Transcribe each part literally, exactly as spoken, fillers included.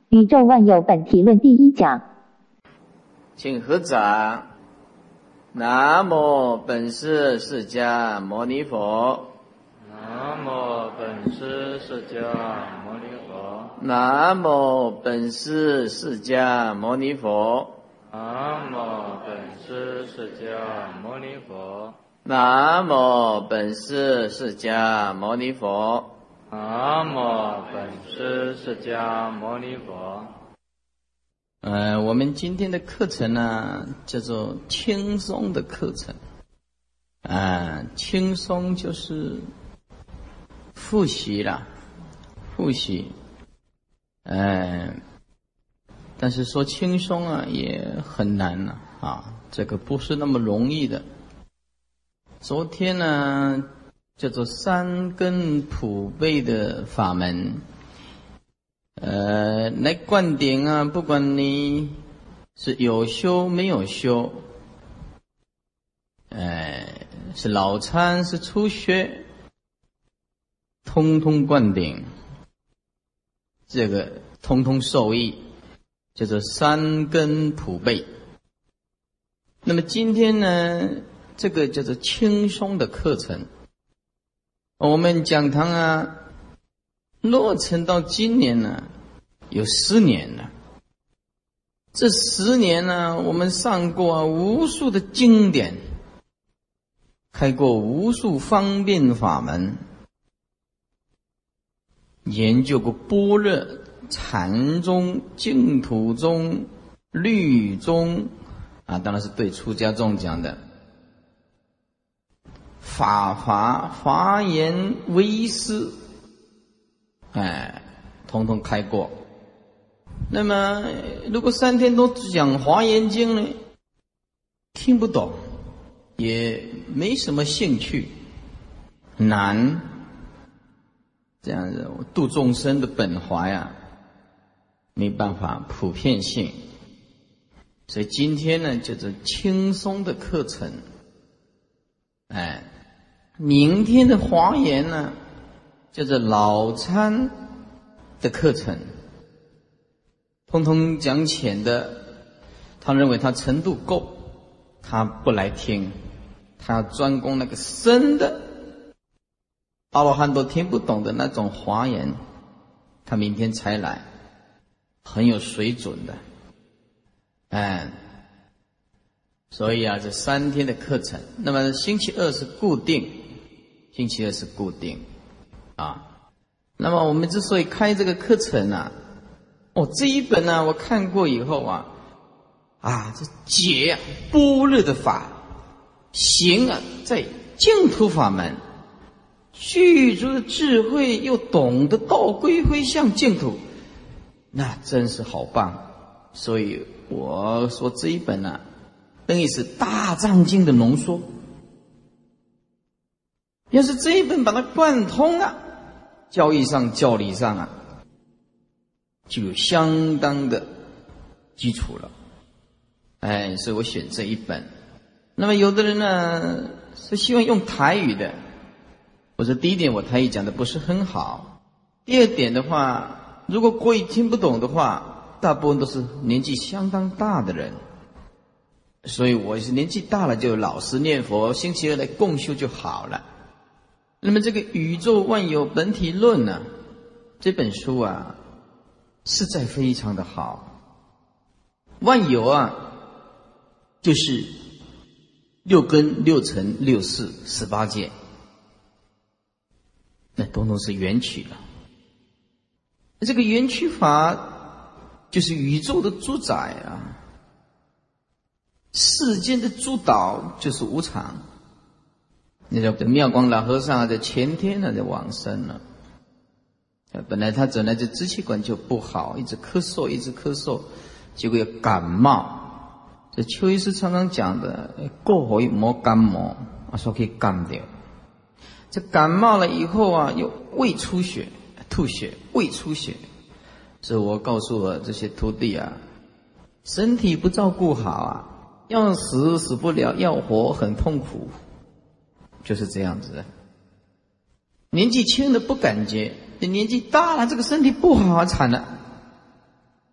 宇宙万有本体论第一讲， 请合掌。南无本师释迦牟尼佛。 南无本师释迦牟尼佛。 南无本师释迦牟尼佛。 南无本师释迦牟尼佛。 南无本师释迦牟尼佛。 南无本师释迦牟尼佛。 呃，我们今天的课程呢，叫做轻松的课程。啊、呃，轻松就是复习啦，复习。呃，但是说轻松啊，也很难了 啊, 啊，这个不是那么容易的。昨天呢，叫做三根普被的法门。呃，来灌顶啊！不管你是有修没有修，呃，是老参是初学，通通灌顶，这个通通受益，叫做三根普被。那么今天呢，这个叫做轻松的课程，我们讲堂啊。落成到今年呢，有十年了。这十年呢，我们上过、啊、无数的经典，开过无数方便法门，研究过般若、禅宗、净土宗、律宗啊，当然是对出家众讲的。法华、华严、唯识。哎，统统开过。那么，如果三天都讲《华严经》呢，听不懂，也没什么兴趣，难。这样子度众生的本怀啊，没办法普遍性。所以今天呢，叫做轻松的课程。哎，明天的华严呢？叫做老参的课程，通通讲浅的，他认为他程度够，他不来听，他要专攻那个深的，阿罗汉都听不懂的那种华严，他明天才来，很有水准的，哎，所以啊，这三天的课程，那么星期二是固定，星期二是固定。啊，那么我们之所以开这个课程啊，哦，这一本呢、啊，我看过以后啊，啊，这解啊般若的法，行啊在净土法门，具足的智慧又懂得道归回向净土，那真是好棒。所以我说这一本啊，等于是大藏经的浓缩。要是这一本把它贯通啊，教义上、教理上啊，就有相当的基础了。哎，所以我选这一本。那么有的人呢是希望用台语的，我说第一点我台语讲的不是很好，第二点的话，如果国语听不懂的话，大部分都是年纪相当大的人，所以我是年纪大了就老实念佛，星期二来共修就好了。那么这个宇宙万有本体论呢、啊，这本书啊，实在非常的好。万有啊，就是六根、六尘、六识、十八界，那统统是缘起了。这个缘起法就是宇宙的主宰啊，世间的主导就是无常。那个妙光老和尚在前天呢，就往生了。本来他本来就支气管就不好，一直咳嗽，一直咳嗽，结果又感冒。这邱医师常常讲的，过火莫感冒，啊，说可以干掉。这感冒了以后啊，又胃出血、吐血、胃出血。所以我告诉我这些徒弟啊，身体不照顾好啊，要死死不了，要活很痛苦。就是这样子的，年纪轻的不感觉，年纪大了这个身体不好惨了，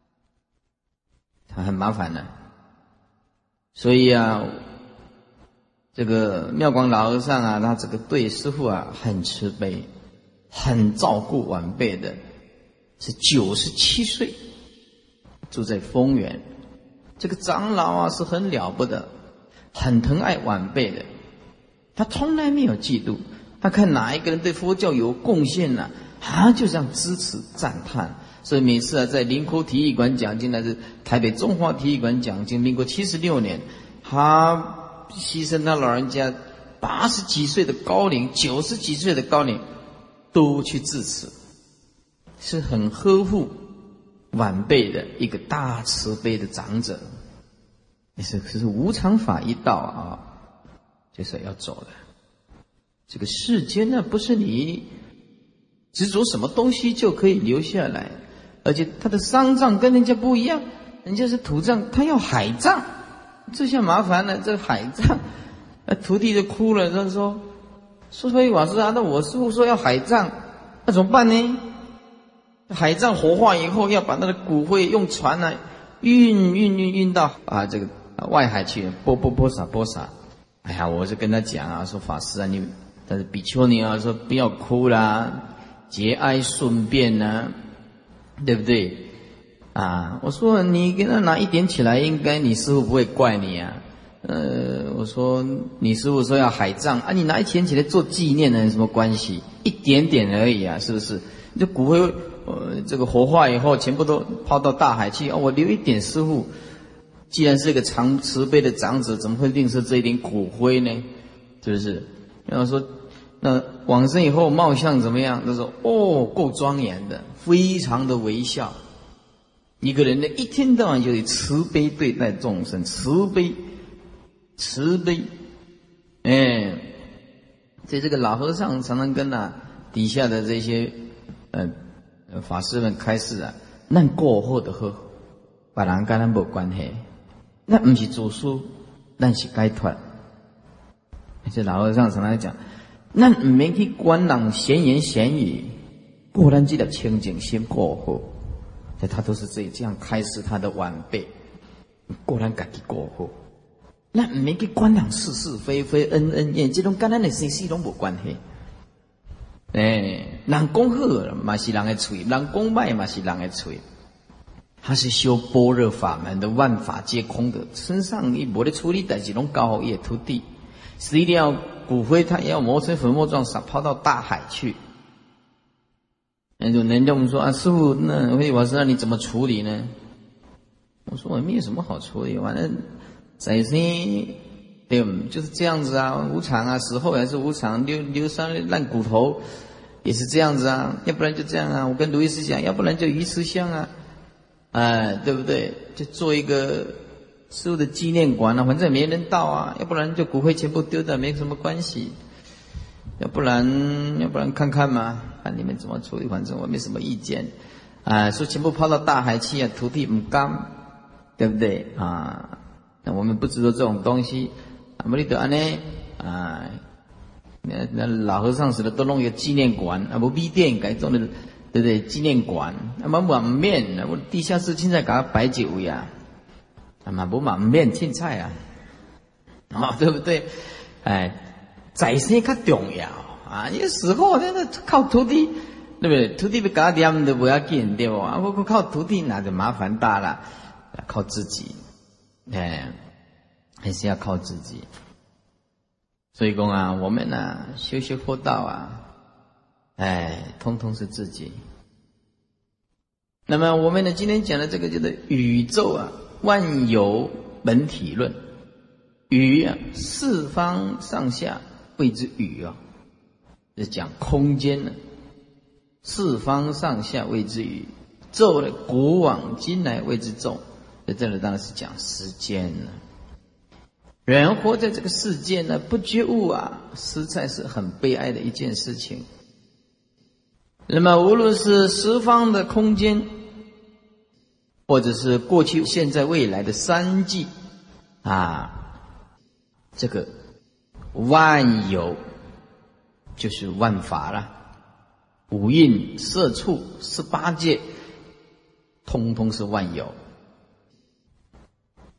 很麻烦的。所以啊，这个妙广老和尚啊，他这个对师父啊很慈悲，很照顾晚辈的，是九十七岁，住在丰原。这个长老啊是很了不得，很疼爱晚辈的，他从来没有嫉妒，他看哪一个人对佛教有贡献呢、啊，啊就这样支持赞叹。所以每次啊在林口体育馆讲经，还是台北中华体育馆讲经，民国七十六年，他牺牲他老人家八十几岁的高龄，九十几岁的高龄都去致辞，是很呵护晚辈的一个大慈悲的长者。也是是无常法一到啊，就是要走了。这个世间呢，不是你执着什么东西就可以留下来，而且他的丧葬跟人家不一样，人家是土葬，他要海葬，这下麻烦了。这海葬，那徒弟就哭了，他说：“说说一法师啊，那我师父说要海葬，那怎么办呢？海葬火化以后，要把他的骨灰用船呢、啊、运运运运到啊这个外海去，波波波洒波洒。哎呀，我就跟他讲啊，说法师啊，你但是比丘尼啊，说不要哭啦，节哀顺变啊，对不对？啊，我说你给他拿一点起来，应该你师父不会怪你啊。呃，我说你师父说要海葬啊，你拿一钱起来做纪念呢，有什么关系？一点点而已啊，是不是？你这骨灰呃这个火化以后，全部都抛到大海去啊，我留一点师父。既然是个常慈悲的长者，怎么会吝啬这一点骨灰呢？是不是？然后说，那往生以后貌相怎么样？他说：哦，够庄严的，非常的微笑。一个人呢，一天到晚就以慈悲对待众生，慈悲，慈悲。哎，所以这个老和尚常常跟啊底下的这些呃法师们开示啊，咱过后的好，别人跟咱无关系。那不是做事，咱是解脱。这老和尚常常讲，咱唔免去管人闲言闲语，过咱这条清净心过好。所以他都是这这样开示他的晚辈，过咱自己过好。咱唔免去管人是是非非、恩恩怨，这种跟咱的生死拢无关系。哎，人讲好嘛是人的嘴，人讲歹嘛是人的嘴。他是修般若法门的，万法皆空的，身上你没得处理代志，拢交好业徒弟。死掉骨灰，他也要磨成粉末状，撒抛到大海去。那就人家我们说啊，师父，那慧法师，那你怎么处理呢？我说我没有什么好处理，反正在生对，就是这样子啊，无常啊，死后也是无常，流流伤烂骨头也是这样子啊，要不然就这样啊。我跟卢医师讲，要不然就鱼池香啊。哎，对不对？就做一个师父的纪念馆啊，反正没人到啊，要不然就骨灰全部丢掉，没什么关系。要不然，要不然看看嘛，看你们怎么处理，反正我没什么意见。啊，说全部抛到大海去啊，徒弟唔甘，对不对啊？那我们不执着这种东西，啊，没得安呢啊，那那老和尚死了都弄一个纪念馆啊，不闭店改做的。对不对？纪念馆，啊嘛满面，我地下室凊彩给他摆几位啊，啊嘛不满面凊彩啊，啊对不对？哎，在生较重要啊，因为死后那个靠徒弟，对不对？徒弟被搞掂都不要紧，对不？啊，我靠徒弟那就麻烦大了，靠自己，哎，还是要靠自己。所以讲啊，我们啊修学佛道啊。哎，通通是自己。那么我们呢，今天讲的这个叫做宇宙啊，万有本体论。宇啊，四方上下谓之宇啊，是讲空间呢。四方上下谓之宇，宙呢，古往今来谓之宙。在这里当然是讲时间了。人活在这个世界呢，不觉悟啊，实在是很悲哀的一件事情。那么无论是十方的空间，或者是过去、现在、未来的三际啊，这个万有就是万法了，五蕴、色处、十八界，通通是万有。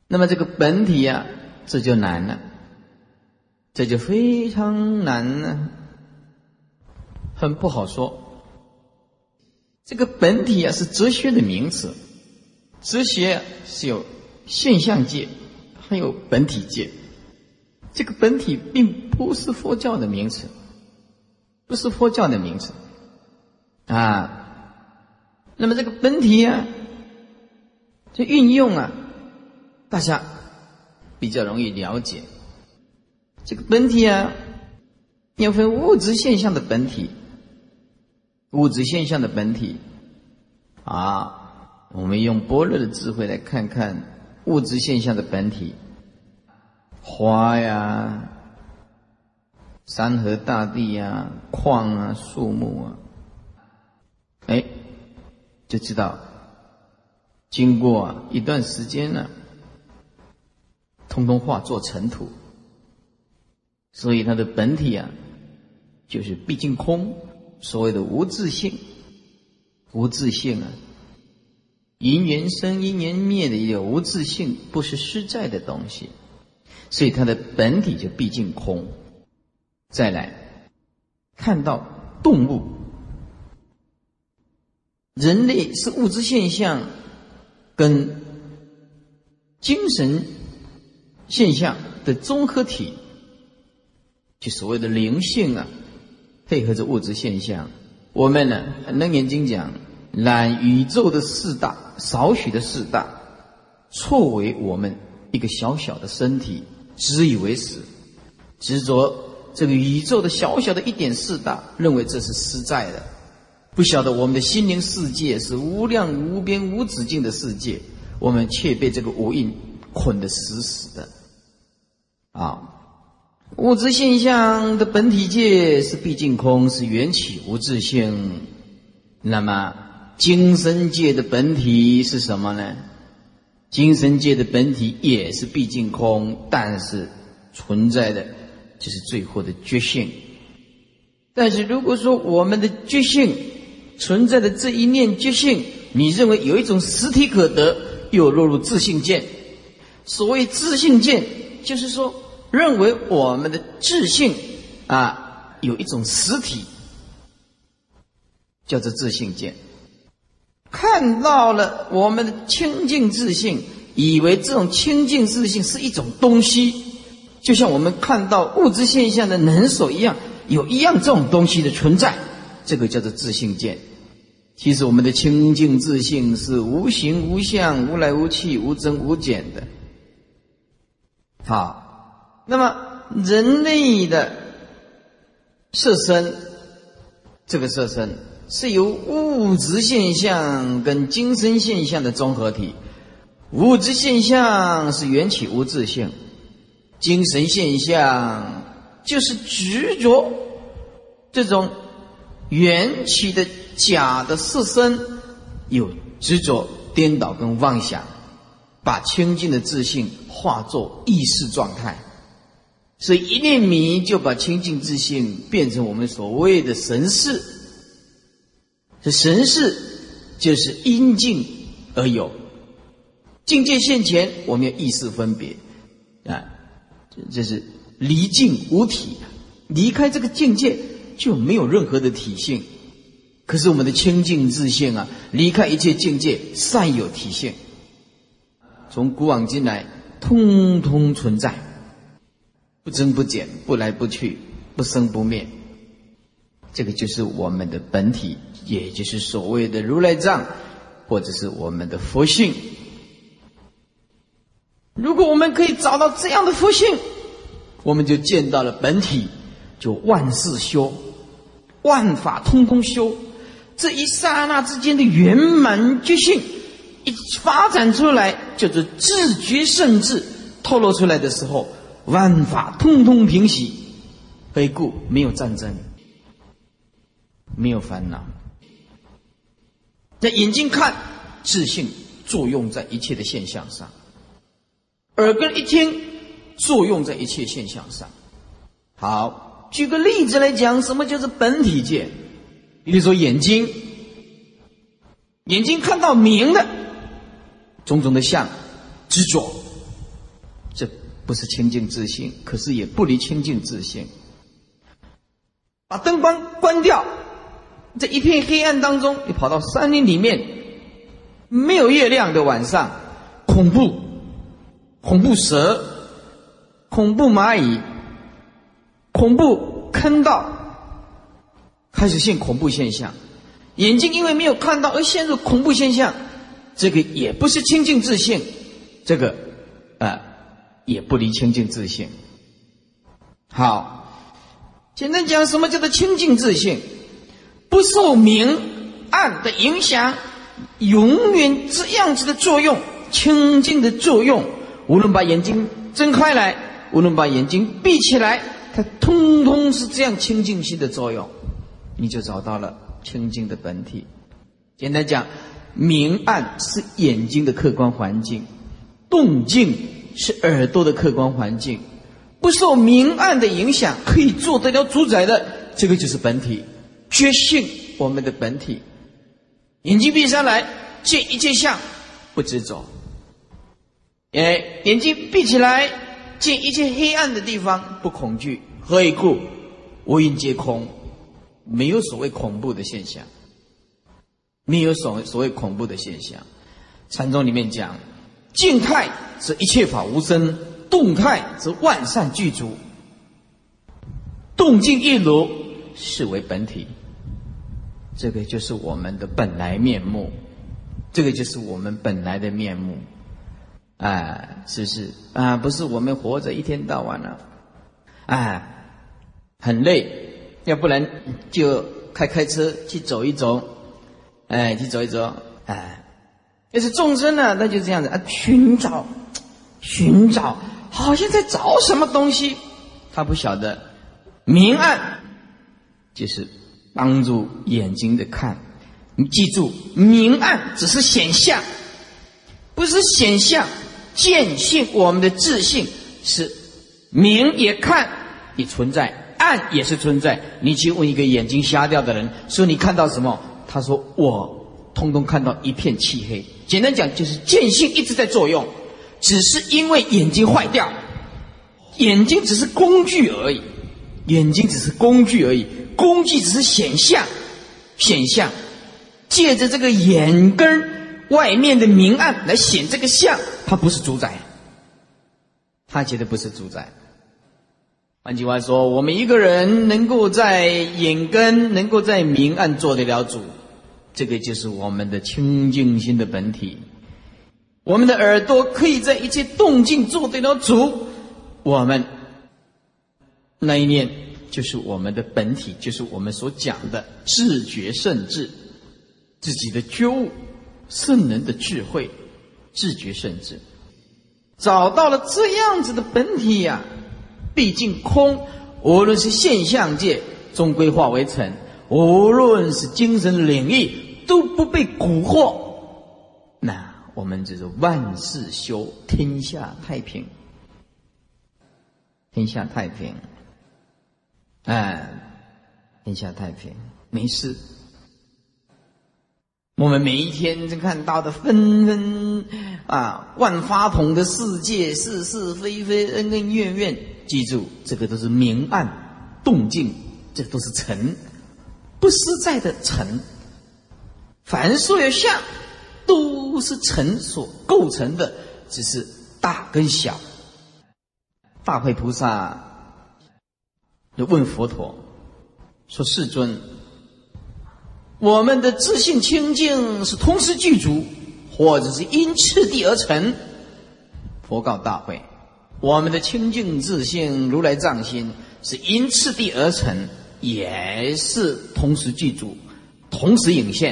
那么这个本体啊，这就难了，这就非常难了，很不好说。这个本体啊，是哲学的名词，哲学啊是有现象界，还有本体界。这个本体并不是佛教的名词，不是佛教的名词啊。那么这个本体啊，这运用啊，大家比较容易了解。这个本体啊，要分物质现象的本体，物质现象的本体啊，我们用般若的智慧来看看物质现象的本体。花呀，山河大地呀，矿啊，树木啊，哎，就知道经过啊一段时间呢、啊，通通化作尘土。所以它的本体啊，就是毕竟空，所谓的无自性。无自性啊，因缘生因缘灭的一个无自性，不是实在的东西。所以它的本体就毕竟空。再来看到动物，人类是物质现象跟精神现象的综合体，就所谓的灵性啊，配合着物质现象。我们呢，《楞严经》讲，揽宇宙的四大，少许的四大，错为我们一个小小的身体，执以为实，执着这个宇宙的小小的一点四大，认为这是实在的，不晓得我们的心灵世界是无量无边无止境的世界，我们却被这个五蕴捆得死死的啊！物质现象的本体界是毕竟空，是缘起无自性。那么精神界的本体是什么呢？精神界的本体也是毕竟空，但是存在的就是最后的觉性。但是如果说我们的觉性存在的这一念觉性，你认为有一种实体可得，又落入自性见。所谓自性见，就是说认为我们的自性啊有一种实体，叫做自性见。看到了我们的清净自性，以为这种清净自性是一种东西，就像我们看到物质现象的能手一样，有一样这种东西的存在，这个叫做自性见。其实我们的清净自性是无形无相、无来无去、无增无减的。好，那么人类的色身，这个色身是由物质现象跟精神现象的综合体。物质现象是缘起无自性，精神现象就是执着这种缘起的假的色身，有执着颠倒跟妄想，把清净的自性化作意识状态。所以一念迷就把清净自性变成我们所谓的神识。这神识就是因境而有，境界现前，我们要意识分别啊，这是离境无体，离开这个境界就没有任何的体性。可是我们的清净自性啊，离开一切境界，善有体性。从古往今来，通通存在，不增不减，不来不去，不生不灭。这个就是我们的本体，也就是所谓的如来藏，或者是我们的佛性。如果我们可以找到这样的佛性，我们就见到了本体，就万事修，万法通通修。这一刹那之间的圆满觉性一发展出来，叫做自觉圣智透露出来的时候，万法通通平息。何故？没有战争，没有烦恼。在眼睛看，自性作用在一切的现象上；耳根一听，作用在一切现象上。好，举个例子来讲，什么叫做本体界？比如说眼睛，眼睛看到明的种种的相，执着， 这不是清净自性，可是也不离清净自性。把灯光关掉，在一片黑暗当中，你跑到山林里面，没有月亮的晚上，恐怖，恐怖蛇，恐怖蚂蚁，恐怖坑道，开始现恐怖现象。眼睛因为没有看到而陷入恐怖现象，这个也不是清净自性，这个啊、呃、也不离清净自性。好，简单讲，什么叫做清净自性？不受明暗的影响，永远这样子的作用，清净的作用。无论把眼睛睁开来，无论把眼睛闭起来，它通通是这样清净心的作用，你就找到了清净的本体。简单讲，明暗是眼睛的客观环境，动静是耳朵的客观环境，不受明暗的影响，可以做得了主宰的，这个就是本体，觉性我们的本体。眼睛闭上来，见一切相，不执着；哎，眼睛闭起来，见一切黑暗的地方，不恐惧。何以故？无因皆空，没有所谓恐怖的现象，没有所谓所谓恐怖的现象。禅宗里面讲，静态则一切法无生，动态则万善具足。动静一如，是为本体。这个就是我们的本来面目，这个就是我们本来的面目。啊，是是啊，不是我们活着一天到晚了，啊，很累，要不然就开开车去走一走，哎，去走一走，哎，要是众生呢，那就这样子啊，寻找，寻找，好像在找什么东西，他不晓得，明暗就是帮助眼睛的看，你记住，明暗只是显象，不是显象。见性，我们的自性是明也看也存在，暗也是存在。你去问一个眼睛瞎掉的人，说你看到什么？他说我通通看到一片漆黑。简单讲，就是见性一直在作用，只是因为眼睛坏掉，眼睛只是工具而已，眼睛只是工具而已，工具只是显象，显象借着这个眼根外面的明暗来显这个相，它不是主宰，它绝对不是主宰。换句话说，我们一个人能够在眼根，能够在明暗做得了主，这个就是我们的清净心的本体。我们的耳朵可以在一切动静做得了主，我们那一念就是我们的本体，就是我们所讲的自觉圣智，自己的觉悟，圣人的智慧，自觉圣智。找到了这样子的本体呀、啊，毕竟空，无论是现象界终归化为尘，无论是精神领域都不被蛊惑，那我们就是万事休，天下太平，天下太平，哎，天下太平，没事。我们每一天正看到的纷纷啊万花筒的世界，是是非非，恩恩怨怨，记住，这个都是明暗动静，这都是尘，不实在的尘。凡所有相，都是尘所构成的，只是大跟小。大慧菩萨就问佛陀说：“世尊，我们的自性清净是同时具足，或者是因次第而成？”佛告大慧：“我们的清净自性如来藏心是因次第而成，也是同时具足，同时隐现。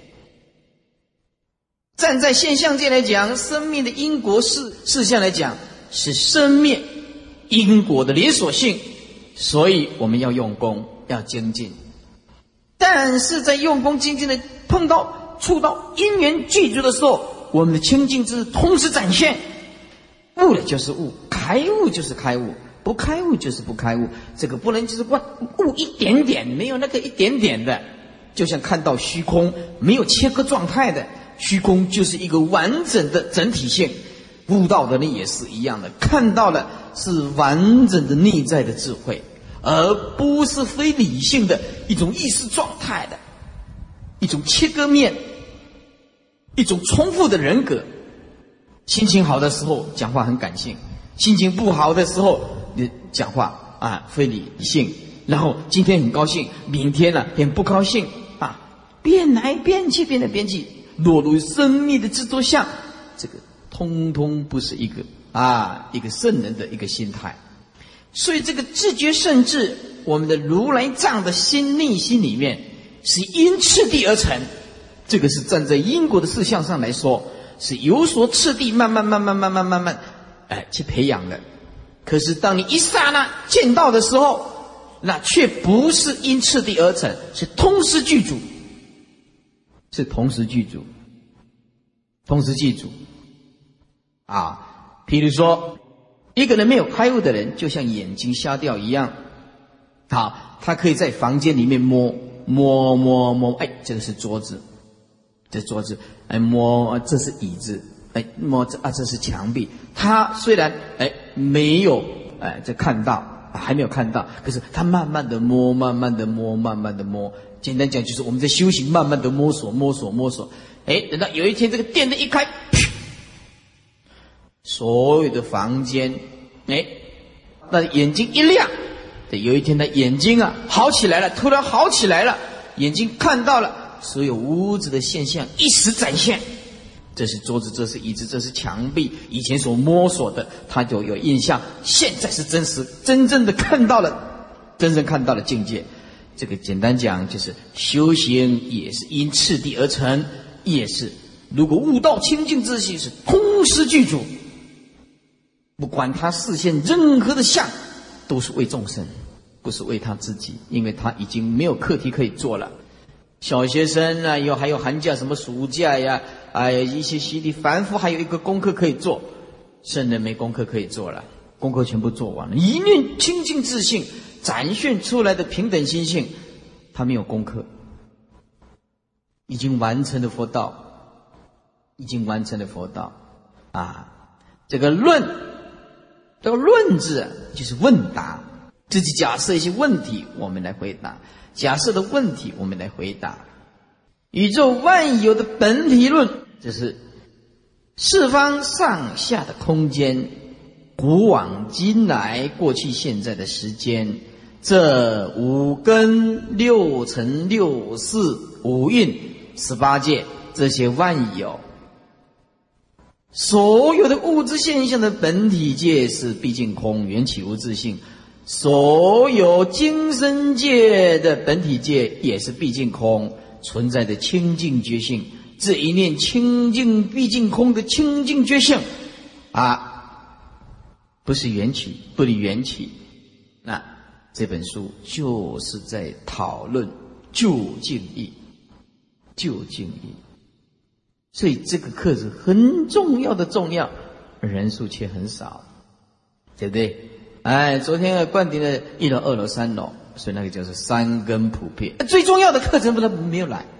站在现象界来讲，生命的因果事事项来讲，是生灭因果的连锁性，所以我们要用功，要精进。但是在用功精进的碰到触到因缘具足的时候，我们的清净智同时展现，悟了就是悟，开悟就是开悟，不开悟就是不开悟。这个不能就是悟一点点，没有那个一点点的，就像看到虚空没有切割状态的，虚空就是一个完整的整体性， 悟道的人也是一样的，看到了是完整的内在的智慧，而不是非理性的一种意识状态的一种切割面，一种重复的人格。心情好的时候讲话很感性，心情不好的时候你讲话啊非理性，然后今天很高兴，明天呢、啊、很不高兴啊，变来变去，变来变去，落入生命的制作下，这个通通不是一个啊一个圣人的一个心态。所以这个自觉圣智，我们的如来藏的心内心里面是因次第而成，这个是站在因果的事项上来说，是有所次第，慢慢慢慢慢慢慢慢哎去培养的。可是当你一刹那见到的时候，那却不是因次第而成，是同时具足，是同时具足，同时具足啊。譬如说一个人没有开悟的人，就像眼睛瞎掉一样，好，他可以在房间里面摸摸摸摸，哎，这个是桌子，这桌子，哎，摸这是椅子，哎，摸这啊这是墙壁。他虽然哎没有哎这看到、啊，还没有看到，可是他慢慢的摸，慢慢的摸，慢慢的摸。简单讲就是我们在修行，慢慢的摸索，摸索，摸索。哎，等到有一天这个电灯一开，所有的房间，哎，那眼睛一亮，对，有一天他眼睛啊好起来了，突然好起来了，眼睛看到了所有屋子的现象一时展现，这是桌子，这是椅子，这是墙壁，以前所摸索的他就有印象，现在是真实真正的看到了，真正看到了境界。这个简单讲就是修行也是因次第而成，也是如果悟道清净自性是同时具足，不管他视现任何的相，都是为众生，不是为他自己，因为他已经没有课题可以做了。小学生啊，有还有寒假什么暑假呀，哎、啊，一些洗礼凡夫还有一个功课可以做，圣人没功课可以做了，功课全部做完了，一念清净自性展现出来的平等心性，他没有功课，已经完成了佛道，已经完成了佛道啊！这个论，这个论字啊，就是问答，自己假设一些问题，我们来回答。假设的问题我们来回答。宇宙万有的本体论，这是四方上下的空间，古往今来过去现在的时间，这五根六尘六识五蕴十八界，这些万有所有的物质现象的本体界是毕竟空，缘起无自性，所有精神界的本体界也是毕竟空，存在的清净觉性，这一念清净毕竟空的清净觉性啊，不是缘起，不离缘起。那这本书就是在讨论究竟义，究竟义。所以这个课是很重要的重要，人数却很少，对不对？哎，昨天啊灌顶了一楼、二楼、三楼，所以那个叫做三根普遍。最重要的课程不是没有来，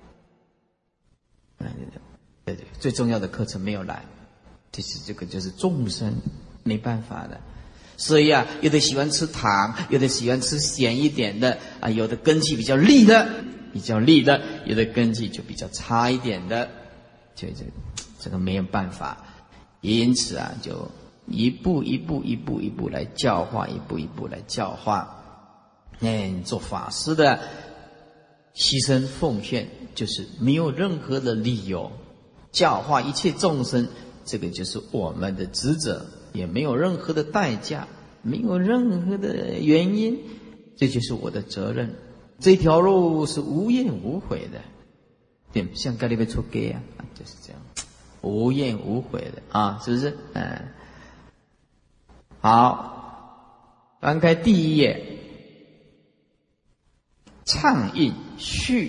对对对对，最重要的课程没有来，其实这个就是众生没办法的。所以啊，有的喜欢吃糖，有的喜欢吃咸一点的啊，有的根气比较利的，比较利的，有的根气就比较差一点的，就这这个没有办法。因此啊，就一步一步一步一步来教化，一步一步来教化。哎，做法师的牺牲奉献，就是没有任何的理由，教化一切众生，这个就是我们的职责，也没有任何的代价，没有任何的原因，这就是我的责任。这条路是无怨无悔的，对，像盖里贝出给啊，就是这样，无怨无悔的啊，是不是？嗯。好，翻开第一页，畅印序。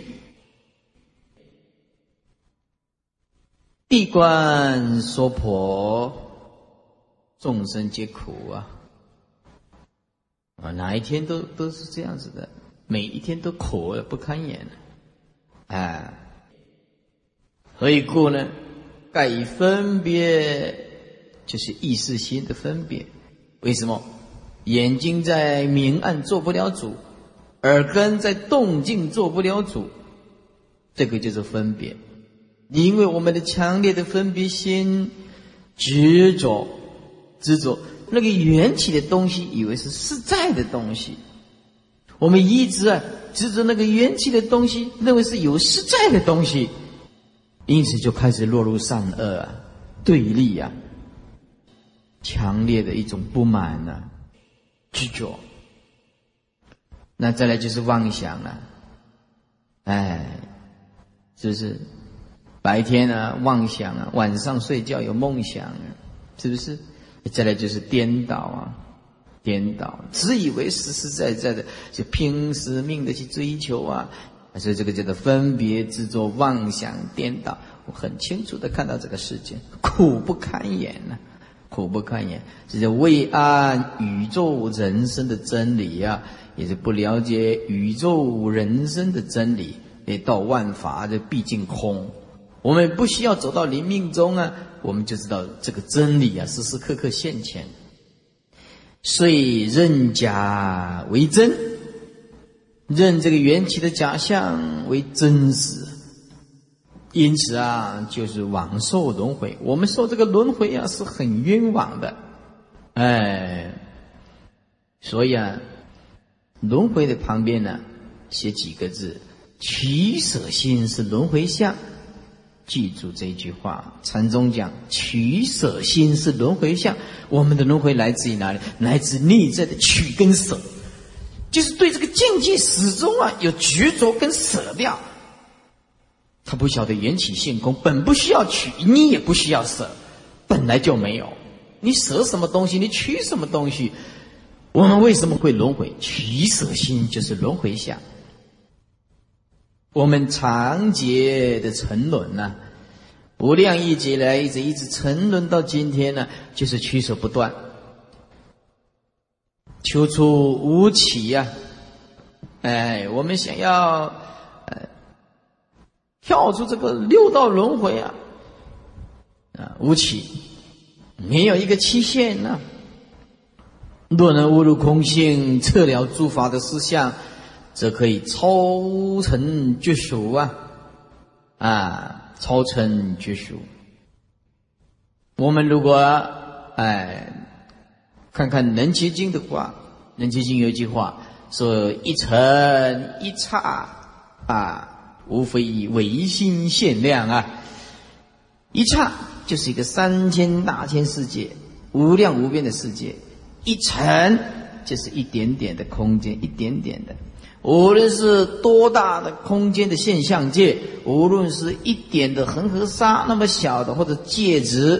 地观说婆，众生皆苦啊！啊，哪一天都都是这样子的，每一天都苦而不堪言啊！何以故呢？盖以分别就是意识心的分别。为什么？眼睛在明暗做不了主，耳根在动静做不了主，这个就是分别。因为我们的强烈的分别心，执着执着那个缘起的东西，以为是实在的东西，我们一直啊执着那个缘起的东西，认为是有实在的东西，因此就开始落入善恶啊、对立啊，强烈的一种不满啊、执着。那再来就是妄想了、啊，哎，是不是？白天啊妄想啊，晚上睡觉有梦想啊，是不是？再来就是颠倒啊，颠倒，只以为实实在在的就拼死命的去追求啊，所以这个叫做分别执着、妄想、颠倒。我很清楚的看到这个世界苦不堪言啊，苦不堪言，这叫未谙宇宙人生的真理啊，也是不了解宇宙人生的真理。诶，到万法这毕竟空。我们不需要走到临命中啊，我们就知道这个真理啊，时时刻刻现前。遂认假为真，认这个缘起的假象为真实，因此啊，就是枉受轮回。我们受这个轮回啊，是很冤枉的，哎，所以啊，轮回的旁边呢，写几个字：取舍心是轮回相。记住这句话，禅宗讲取舍心是轮回相。我们的轮回来自于哪里？来自内在的取跟舍，就是对这个境界始终啊有执着跟舍掉。他不晓得缘起性空，本不需要取，你也不需要舍，本来就没有。你舍什么东西，你取什么东西？我们为什么会轮回？取舍心就是轮回相。我们长劫的沉沦啊，无量亿劫来一直一直沉沦到今天呢、啊，就是取舍不断，求出无起呀、啊！哎，我们想要呃跳出这个六道轮回啊，啊无起，没有一个期限呢、啊。若能悟入空性，彻了诸法的实相，则可以超尘绝俗啊！啊，超尘绝俗。我们如果哎看看《能齐经》的话，《能齐经》有一句话说：“一尘一刹啊，无非唯心限量啊。”一刹就是一个三千大千世界，无量无边的世界；一尘就是一点点的空间，一点点的。无论是多大的空间的现象界，无论是一点的恒河沙那么小的或者介质，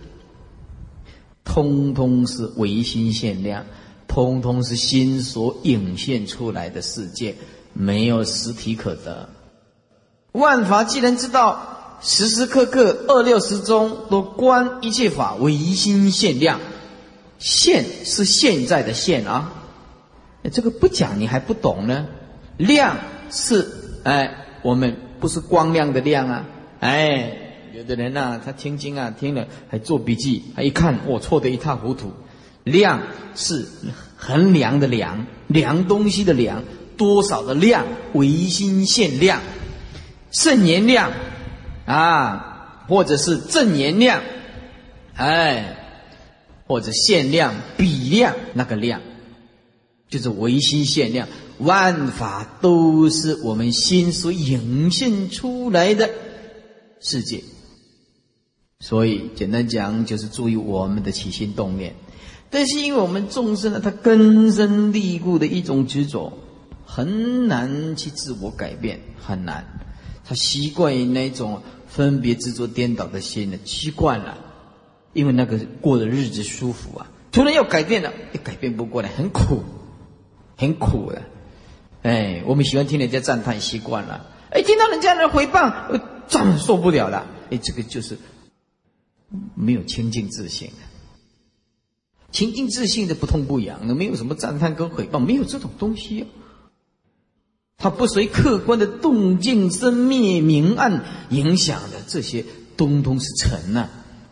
通通是唯心限量，通通是心所映现出来的世界，没有实体可得。万法既然知道时时刻刻二六时中都观一切法唯心限量，现是现在的现啊，这个不讲你还不懂呢。亮是哎，我们不是光亮的亮啊，哎，有的人啊，他听经啊，听了还做笔记，他一看，我错得一塌糊涂。量是衡量的量，量东西的量，多少的量，唯心限量，圣言量啊，或者是正言量，哎，或者限量、比量，那个量就是唯心限量。万法都是我们心所映现出来的世界，所以简单讲就是注意我们的起心动念。但是因为我们众生呢，他根深蒂固的一种执着，很难去自我改变，很难。他习惯于那种分别执着颠倒的心呢，习惯了，因为那个过的日子舒服啊，突然要改变了，也改变不过来，很苦，很苦的。哎，我们喜欢听人家赞叹，习惯了。哎，听到人家的回谤，呃，赞受不了了。哎，这个就是没有清净自性的。清净自性的不痛不痒的，没有什么赞叹跟回谤，没有这种东西啊。它不随客观的动静生灭明暗影响的，这些通通是尘啊，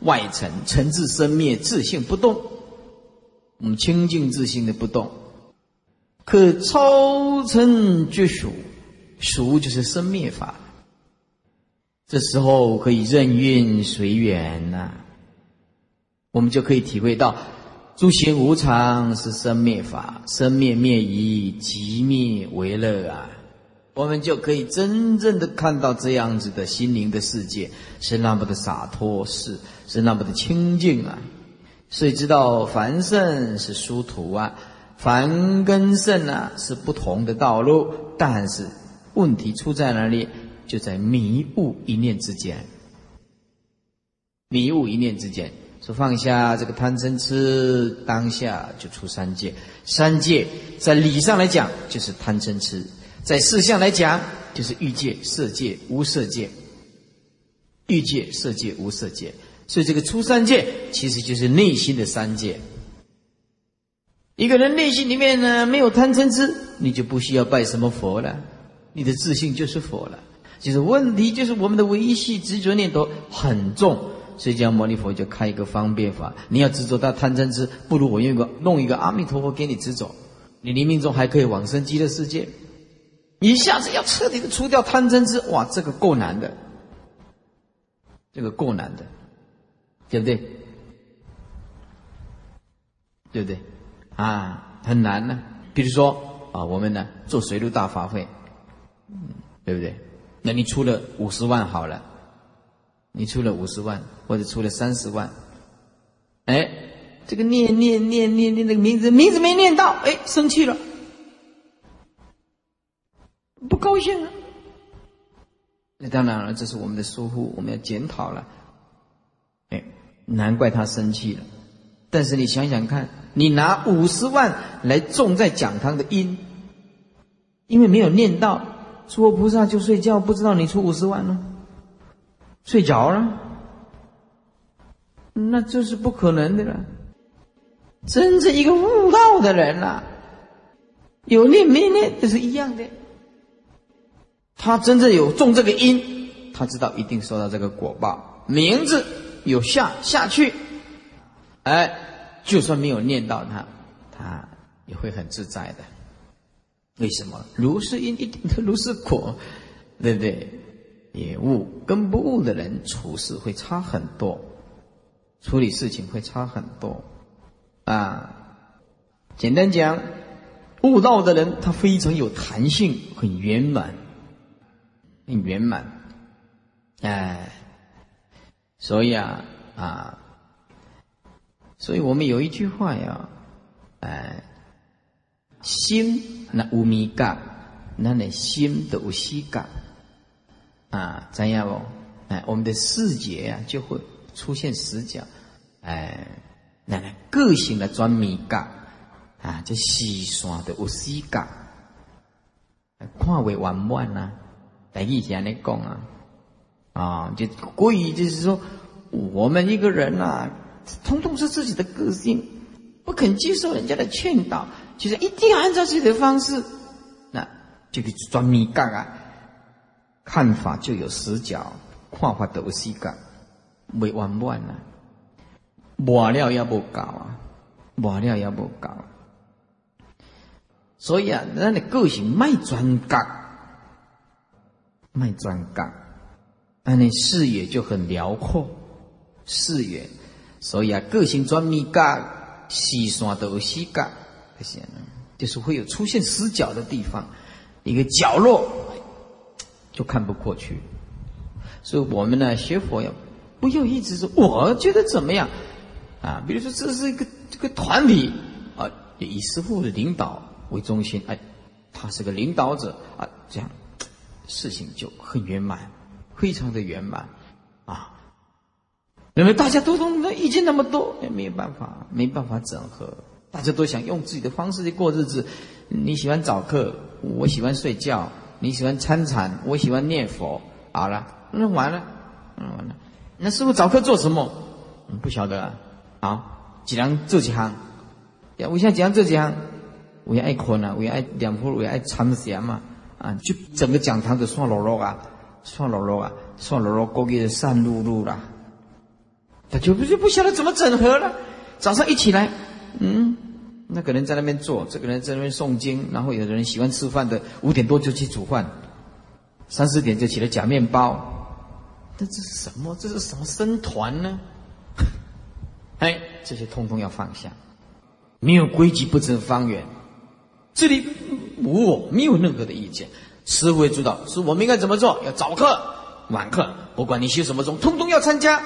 外尘，尘自生灭，自性不动。我们清净自性的不动，可超尘绝属，属就是生灭法。这时候可以任运随缘呐、啊，我们就可以体会到诸行无常是生灭法，生灭灭已，即灭为乐啊。我们就可以真正的看到这样子的心灵的世界是那么的洒脱，是是那么的清净啊。所以知道凡圣是殊途啊，凡跟圣啊是不同的道路，但是问题出在哪里？就在迷悟一念之间。迷悟一念之间，说放下这个贪嗔痴，当下就出三界。三界在理上来讲就是贪嗔痴，在事相来讲就是欲界、色界、无色界。欲界、色界、无色界，所以这个出三界其实就是内心的三界。一个人内心里面呢没有贪嗔痴，你就不需要拜什么佛了，你的自性就是佛了。就是问题就是我们的维系执着念头很重，所以讲牟尼佛就开一个方便法，你要执着到贪嗔痴，不如我用一个弄一个阿弥陀佛给你执着，你临命中还可以往生极乐世界。一下子要彻底的除掉贪嗔痴，哇，这个够难的，这个够难的，对不对？对不对？啊，很难呢、啊。比如说啊，我们呢做水陆大法会，嗯，对不对？那你出了五十万好了，你出了五十万，或者出了三十万，哎，这个念念念念念那个名字，名字没念到，哎，生气了，不高兴了。那当然了，这是我们的疏忽，我们要检讨了。哎，难怪他生气了。但是你想想看，你拿五十万来种在讲堂的因，因为没有念到。诸佛菩萨就睡觉，不知道你出五十万了，睡着了，那这是不可能的了。真正一个悟道的人啊，有念没念这是一样的。他真正有种这个因，他知道一定受到这个果报，名字有下下去，哎，就算没有念到他，他也会很自在的。为什么？如是因一定的如是果，对不对？也悟跟不悟的人处事会差很多，处理事情会差很多啊。简单讲，悟道的人他非常有弹性，很圆满，很圆满。哎，所以啊啊，所以我们有一句话呀，哎。心那有迷觉，咱的心都有死角啊，知影不？哎，我们的视觉啊就会出现死角，哎，那那个性的转迷觉啊，这视线都有死角，看为圆满啊，台语是安尼讲啊，啊，就关于就是说，我们一个人啊，通通是自己的个性，不肯接受人家的劝导。其实一定要按照自己的方式，那这个转迷觉啊，看法就有死角，看法都有死角，未圆满啊，磨了也无够啊，磨了也无够。所以啊，咱的个性卖转角，卖转角，那你视野就很辽阔，视野。所以啊，个性转迷角，视线都有死角。就是会有出现死角的地方，一个角落就看不过去。所以我们呢学佛要不要一直说我觉得怎么样啊？比如说这是一个这个团体啊，以师父的领导为中心，哎，他是个领导者啊，这样事情就很圆满，非常的圆满啊。因为大家都同意见那么多，也没有办法，没办法整合。大家都想用自己的方式去过日子，你喜欢早课，我喜欢睡觉，你喜欢参禅，我喜欢念佛，好了，那完了，嗯，完了。那师父早课做什么？嗯、不晓得啊。好，几人做几行？呀，为啥几人做几行？我要爱困啊，我要爱念佛，我要爱参禅嘛，啊，就整个讲堂都散落落啊，散落落啊，散落落，过去散漉漉啦， 他就不就不晓得怎么整合了。早上一起来，嗯，那个人在那边做，这个人在那边诵经，然后有的人喜欢吃饭的，五点多就去煮饭，三四点就起来夹面包。那这是什么？这是什么僧团呢？哎，这些通通要放下。没有规矩不成方圆，这里无我，没有任何的意见。师父主导，师父我们应该怎么做？要早课、晚课，不管你修什么宗，通通要参加。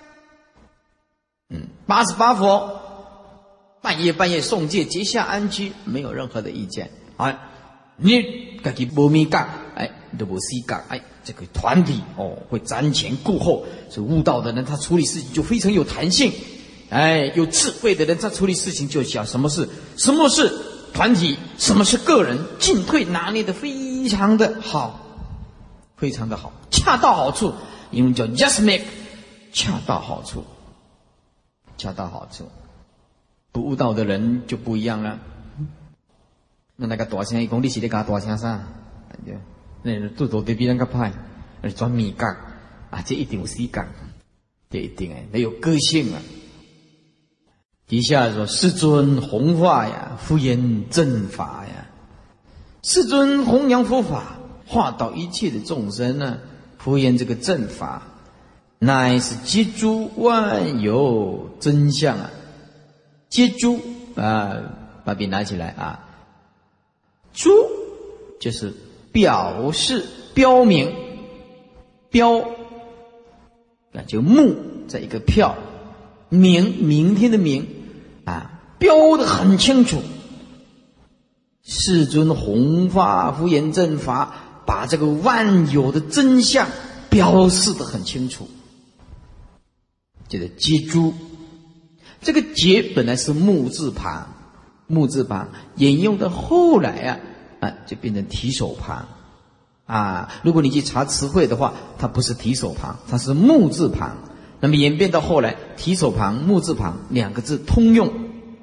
嗯，八十八佛半夜半夜诵戒，结下安居，没有任何的意见。哎，你自己无咪讲，哎，你都无死讲，哎，这个团体哦会瞻前顾后，所以悟道的人他处理事情就非常有弹性。哎，有智慧的人他处理事情就想什么是什么是团体，什么是个人，进退拿捏的非常的好，非常的好，恰到好处，英文叫 just make， 恰到好处，恰到好处。不悟道的人就不一样了。那那个大声一讲，你是在搞大声啥？那做做对比人较歹，那是专米讲啊，这一定有死讲，这一定哎，那有个性啊。底下说世尊弘化呀，敷衍正法呀。世尊弘扬佛法，化导一切的众生呢，敷衍这个正法，乃是接诸万有真相啊。接诸啊，把笔拿起来啊。诸就是表示、标明、标啊，就目在一个票，明明天的明啊，标得很清楚。世尊弘法敷衍正法，把这个万有的真相标示得很清楚，这个接诸。这个结本来是木字旁，木字旁沿用的后来啊啊就变成提手旁啊。如果你去查词汇的话，它不是提手旁，它是木字旁。那么演变到后来，提手旁、木字旁两个字通用，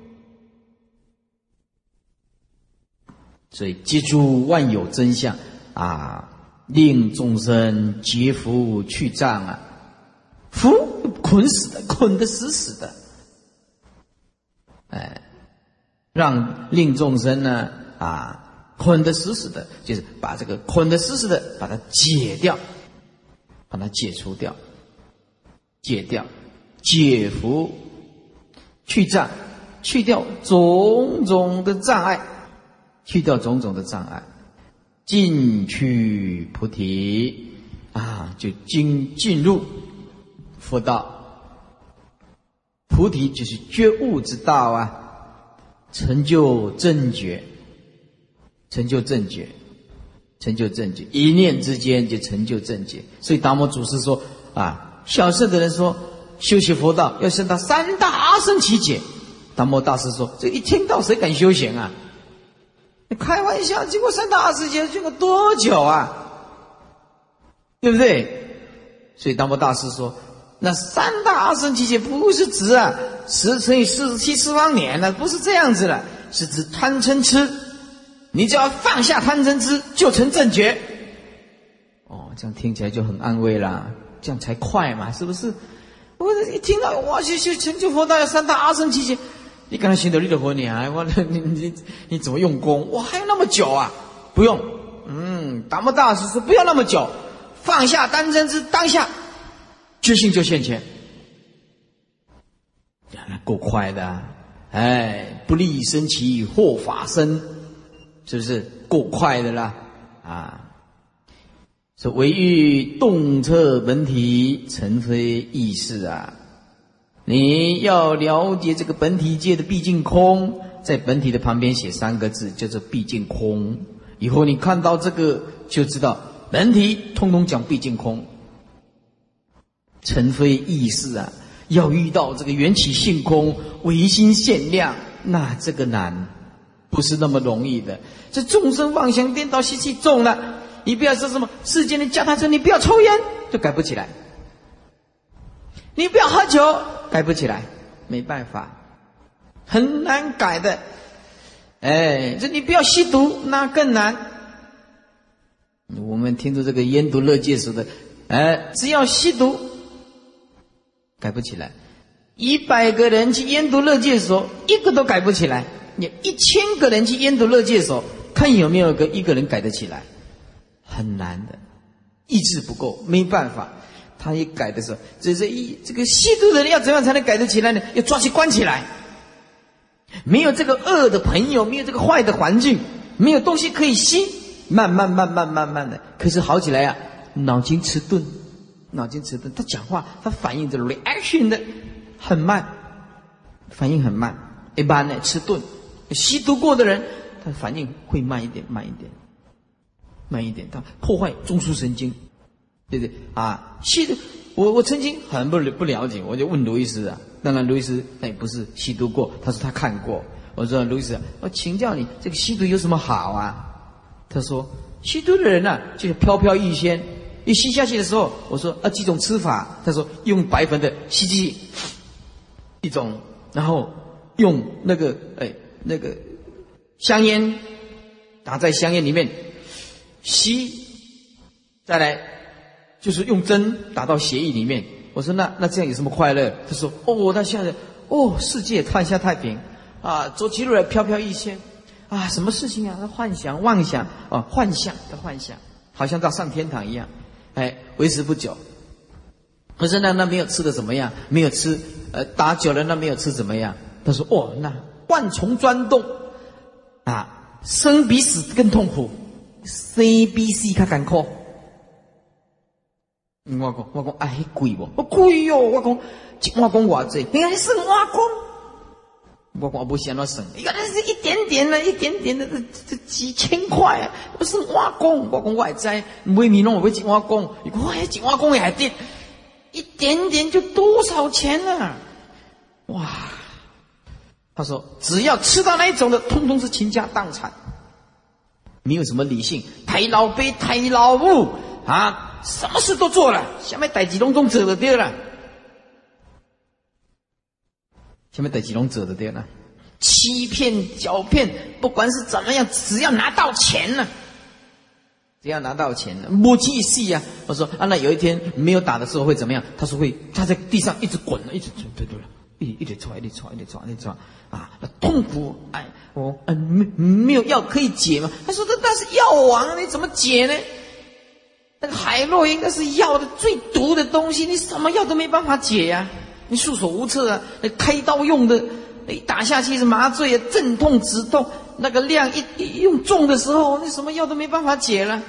所以接诸万有真相啊，令众生结福去障啊。福捆死的，捆得死死的。哎，让令众生呢啊捆得死死的，就是把这个捆得死死的把它解掉，把它解除掉，解掉，解福，去障，去掉种种的障碍，去掉种种的障碍，进去菩提啊，就进进入佛道。菩提就是觉悟之道啊，成就正觉，成就正觉，成就正觉，一念之间就成就正觉。所以达摩祖师说啊，小圣的人说修习佛道要升到三大阿僧祇劫。达摩大师说，这一听到谁敢修行啊？你开玩笑，经过三大阿僧祇劫经过多久啊？对不对？所以达摩大师说，那三大阿僧祇劫不是指啊十乘以四十七次方年呢，不是这样子了，是指贪嗔痴。你只要放下贪嗔痴，就成正觉。哦，这样听起来就很安慰啦，这样才快嘛，是不是？我一听到哇，修修成就佛道要三大阿僧祇劫，你刚才行得力的活你还我你你你怎么用功？哇，还有那么久啊？不用，嗯，达摩大师说不要那么久，放下贪嗔痴，当下觉性就现前，那够快的啊！哎，不利生起祸法生，是不是够快的啦？啊，说唯欲洞彻本体，诚非易事啊！你要了解这个本体界的毕竟空，在本体的旁边写三个字，叫做毕竟空。以后你看到这个就知道，本体通通讲毕竟空。诚非易事啊！要遇到这个缘起性空、唯心限量，那这个难，不是那么容易的。这众生妄想颠倒习气重了，你不要说什么世间的脚踏车，你不要抽烟，就改不起来；你不要喝酒，改不起来，没办法，很难改的。哎，这你不要吸毒，那更难。我们听着这个烟毒乐戒说的，哎，只要吸毒。改不起来， 一百个人去研读乐界所，一个都改不起来；你一千个人去研读乐界所，看有没有个一个人改得起来，很难的，意志不够，没办法。他一改的时候，这这一这个吸毒的人要怎样才能改得起来呢？要抓去关起来。没有这个恶的朋友，没有这个坏的环境，没有东西可以吸，慢慢慢慢慢慢的，可是好起来啊，脑筋迟钝，脑筋迟钝，他讲话他反应的 reaction 的很慢，反应很慢，一般呢迟钝。吸毒过的人，他反应会慢一点，慢一点，慢一点，他破坏中枢神经，对不对啊？吸毒，我我曾经很不不了解，我就问卢医师啊。当然，卢医师那也不是吸毒过，他说他看过。我说卢医师，我请教你，这个吸毒有什么好啊？他说吸毒的人啊，就是飘飘欲仙。一吸下去的时候，我说啊几种吃法？他说用白粉的吸气一种，然后用那个哎那个香烟打在香烟里面吸，再来就是用针打到血液里面。我说那那这样有什么快乐？他说哦，那现在哦，世界放下太平啊，周其路来飘飘欲仙啊，什么事情啊？幻想妄想啊，幻象的幻想，好像到上天堂一样，哎，维持不久。可是那那没有吃的怎么样？没有吃，呃，打久了那没有吃怎么样？他说哦，那万重钻动啊，生比死更痛苦 ，C B C 较艰苦。我讲，我讲，哎，贵不？我贵哟！我讲，一碗公偌济？你看你算碗公，我讲我不想要算，你看那是一点点的，一点点的，这这几千块啊！我算碗公，我讲我会知，每米弄我会一碗公，你看哎，一碗公也还跌，一点点就多少钱啊？哇！他说，只要吃到那一种的，通通是倾家荡产，没有什么理性，太老爸太老母啊！什么事都做了，下面代志拢总做得对了，下面代志拢做得对了，欺骗、狡骗，不管是怎么样，只要拿到钱了，只要拿到钱了，没气息啊！我说啊，那有一天没有打的时候会怎么样？他说会，他在地上一直滚，一直滚，对对了，一一直抓，一直抓，一直抓，一直抓啊，痛苦！哎，我嗯没没有药可以解吗？他说这那是药王，你怎么解呢？那个海洛因那是药的最毒的东西，你什么药都没办法解呀、啊，你束手无策啊！那开刀用的，一打下去是麻醉啊，阵痛止痛，那个量一一用重的时候，你什么药都没办法解了。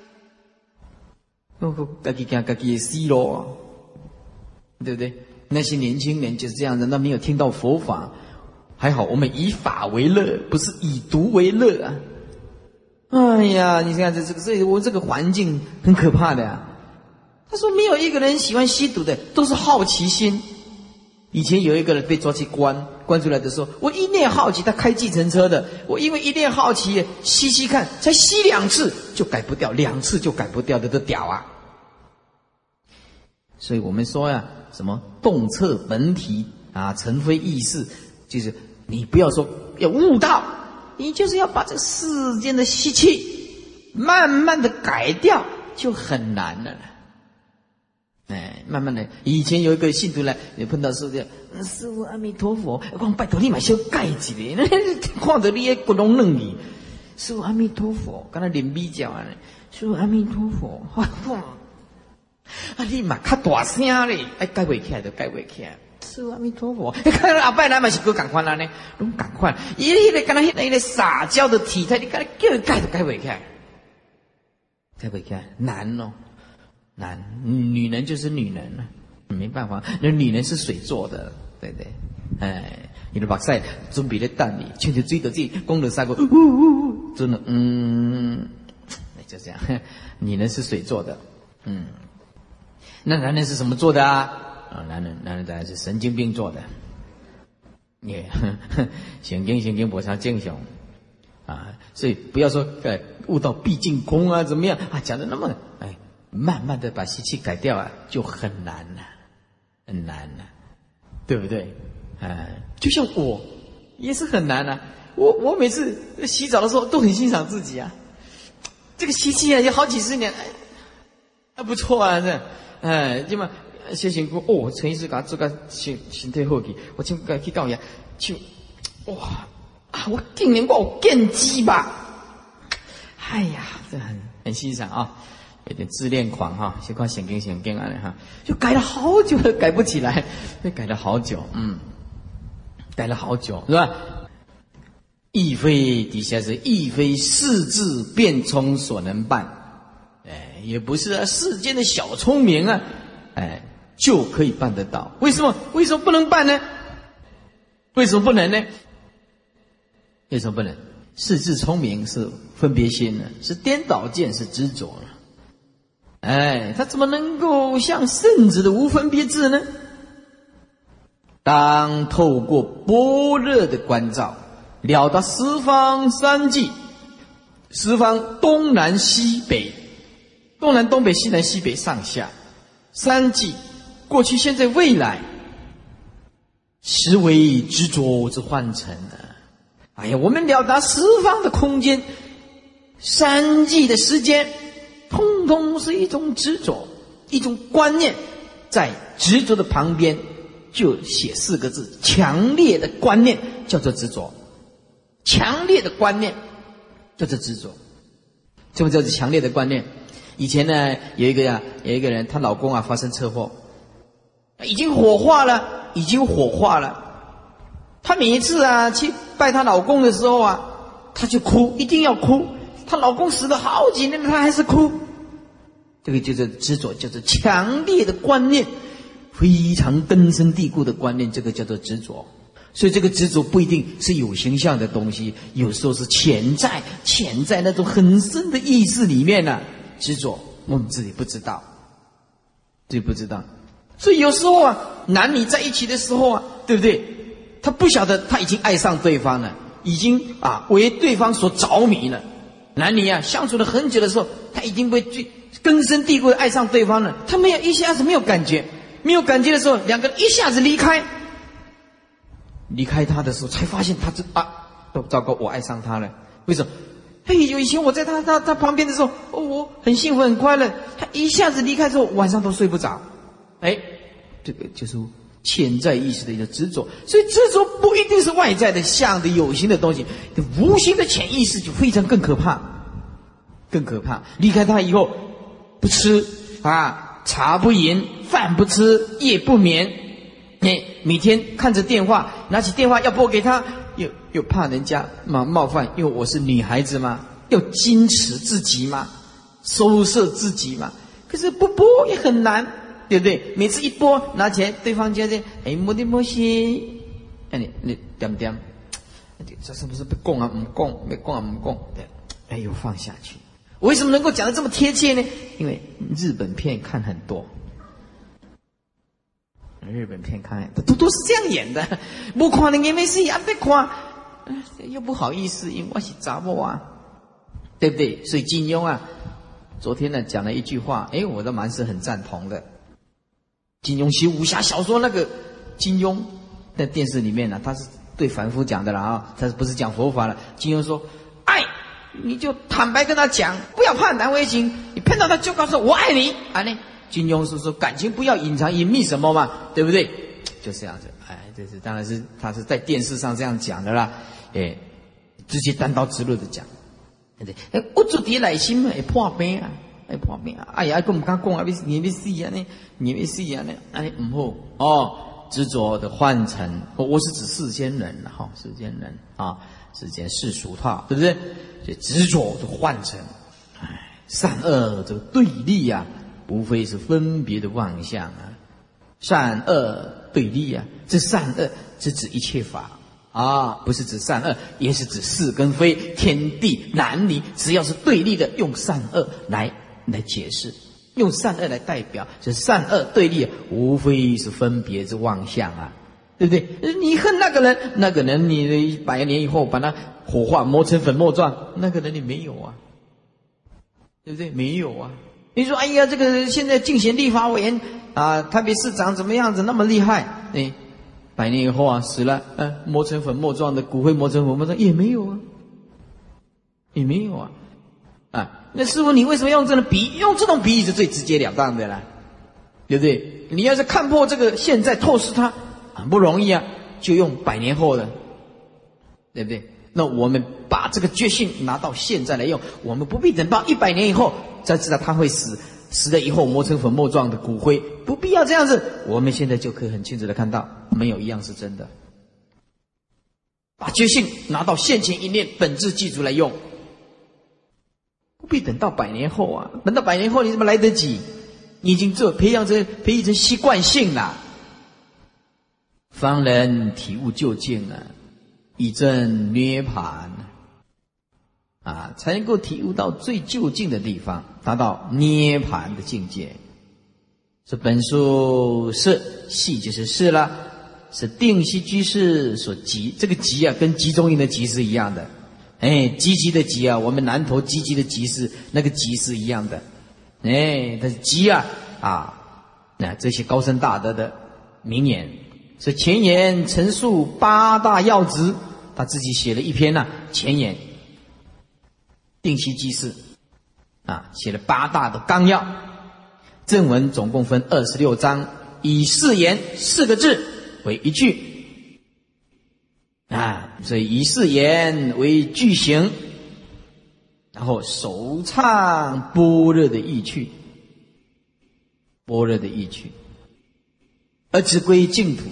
哦，自己惊自己也死咯，对不对？那些年轻人就是这样的，那没有听到佛法，还好我们以法为乐，不是以毒为乐啊。哎呀，你看这这个，所以我这个环境很可怕的呀。他说没有一个人喜欢吸毒的，都是好奇心。以前有一个人被抓去关，关出来的时候，我一念好奇，他开计程车的，我因为一念好奇，吸吸看，才吸两次就改不掉，两次就改不掉的都屌啊！所以我们说呀，什么洞彻本体啊，尘非意识，就是你不要说要悟道。你就是要把这个世间的习气慢慢的改掉，就很难了。哎，慢慢的，以前有一个信徒来，也碰到师父，师父阿弥陀佛，我讲拜托你买小盖子的，看到你的骨龙嫩你，师父阿弥陀佛，跟他啉米酒啊，师父阿弥陀佛，啊你嘛较大声咧，哎改不起来就改不起来。师父阿弥陀佛，你看阿伯来嘛是够赶快啦呢，拢赶快，伊迄个敢若迄个撒娇的体态，你敢若叫伊改都改不起来，改不起来难哦，难。女人就是女人了，没办法，那女人是水做的，对不对？哎，你的目屎准备咧等你，像就追到自己，讲到三个，呜呜呜，真的，嗯，就这样，女人是水做的，嗯，那男人是什么做的啊？啊，男人，男人当然是神经病做的，也神经神经不啥正常啊，所以不要说呃悟到毕竟空啊，怎么样啊，讲的那么哎，慢慢的把习气改掉啊，就很难了、啊，很难了、啊，对不对？哎，就像我也是很难啊，我我每次洗澡的时候都很欣赏自己啊，这个习气啊有好几十年，哎，还不错啊，这哎，这么。 小身躯哦，陈医师给他做个身身体好去，我请个去到遐，就哇啊，我竟然我有见机吧？哎呀，这很很欣赏啊，有点自恋狂哈，先看显经显经啊哈，就改了好久都改不起来，就改了好久，嗯，改了好久是吧？亦非底下是亦非世智辩聪所能办。哎，也不是啊，世间的小聪明啊，哎，就可以办得到。为什么？为什么不能办呢？为什么不能呢？为什么不能？世智聪明是分别心呢，是颠倒见，是执着了。哎，他怎么能够像圣子的无分别智呢？当透过般若的关照，了达十方三际，十方东南西北。东南东北西南西北上下三际，过去现在未来，实为执着之幻尘啊！哎呀，我们了达十方的空间，三际的时间，通通是一种执着，一种观念，在执着的旁边就写四个字：强烈的观念叫做执着。强烈的观念叫做执着。什么叫做强烈的观念？以前呢，有一个呀，有一个人，她老公啊发生车祸，已经火化了，已经火化了。她每一次啊去拜她老公的时候啊，她就哭，一定要哭。她老公死了好几年了，她还是哭。这个就是执着，叫做强烈的观念，非常根深蒂固的观念，这个叫做执着。所以这个执着不一定是有形象的东西，有时候是潜在、潜在那种很深的意识里面呢、啊。执着，我们自己不知道，自己不知道。所以有时候啊，男女在一起的时候啊，对不对？他不晓得他已经爱上对方了，已经啊为对方所着迷了。男女啊相处了很久的时候，他已经被根深蒂固的爱上对方了。他没有一下子没有感觉，没有感觉的时候，两个人一下子离开，离开他的时候，才发现他这啊，都糟糕，我爱上他了。为什么？哎，有以前我在他他他旁边的时候，哦，我很幸福很快乐。他一下子离开之后，晚上都睡不着。哎，这个就是潜在意识的一个执着。所以执着不一定是外在的相的有形的东西，无形的潜意识就非常更可怕，更可怕。离开他以后，不吃啊，茶不饮，饭不吃，夜不眠。哎，每天看着电话，拿起电话要拨给他。又又怕人家冒冒犯，因为我是女孩子嘛，要矜持自己嘛，收摄自己嘛。可是不播也很难，对不对？每次一播拿起来，对方觉得哎，没得没西，哎你你点点，这是不是不供啊？不供，没供啊？不供，哎又放下去。我为什么能够讲得这么贴切呢？因为日本片看很多。日本片看都都是这样演的，不看你也没事，啊别看，又不好意思，因为我是查某啊，对不对？所以金庸啊，昨天呢讲了一句话，哎，我的蛮是很赞同的。金庸写武侠小说那个金庸在电视里面呢、啊，他是对凡夫讲的了啊，他不是讲佛法了。金庸说，爱你就坦白跟他讲，不要怕难为情，你碰到他就告诉我爱你啊你。金庸是说感情不要隐藏隐秘什么嘛，对不对？就这样子，哎，这是当然是他是在电视上这样讲的啦，哎，直接单刀直入的讲，对不对？哎，我做啲内心会破病啊，会破病啊！哎呀，佢唔敢讲啊，你你死啊呢，你你死啊呢，哎唔好哦，执着的幻尘，我我是指世间人哈、哦，世间人啊，世间世俗套，对不对？这执着的幻尘，哎，善恶这个对立啊。无非是分别的妄想啊，善恶对立啊，这善恶是指一切法啊，不是指善恶，也是指是跟非、天地男女，只要是对立的，用善恶来来解释，用善恶来代表，这善恶对立，无非是分别之妄想啊，对不对？你恨那个人，那个人你百年以后把他火化磨成粉末状，那个人你没有啊，对不对？没有啊。你说，哎呀，这个现在竞选立法委员啊，台北市长怎么样子那么厉害？哎，百年以后啊，死了，呃，磨成粉末状的骨灰磨成粉末状也没有啊，也没有啊，啊，那师父你为什么用这种比喻？用这种比喻是最直截了当的啦， 对不对？你要是看破这个现在，透视它很不容易啊，就用百年后的，对不对？那我们把这个觉性拿到现在来用，我们不必等到一百年以后才知道它会死，死了以后磨成粉末状的骨灰，不必要这样子。我们现在就可以很清楚的看到，没有一样是真的。把觉性拿到现前一念本质记住来用，不必等到百年后啊！等到百年后你怎么来得及？你已经这培养成培育成习惯性了，方能体悟究竟啊，以证涅盘啊，才能够体悟到最究竟的地方，达到涅盘的境界。这本书是系就是是了，是定息居士所集。这个集啊，跟集中营的集是一样的。哎，积极的集啊，我们南投积极的集是那个集是一样的。哎，但是集啊啊，那这些高僧大德的名言，是前言陈述八大要旨，他自己写了一篇呢、啊、前言。定息居士啊，写了八大的纲要。正文总共分二十六章，以四言四个字为一句啊，所以以四言为句型。然后首唱般若的意趣，般若的意趣，而只归净土。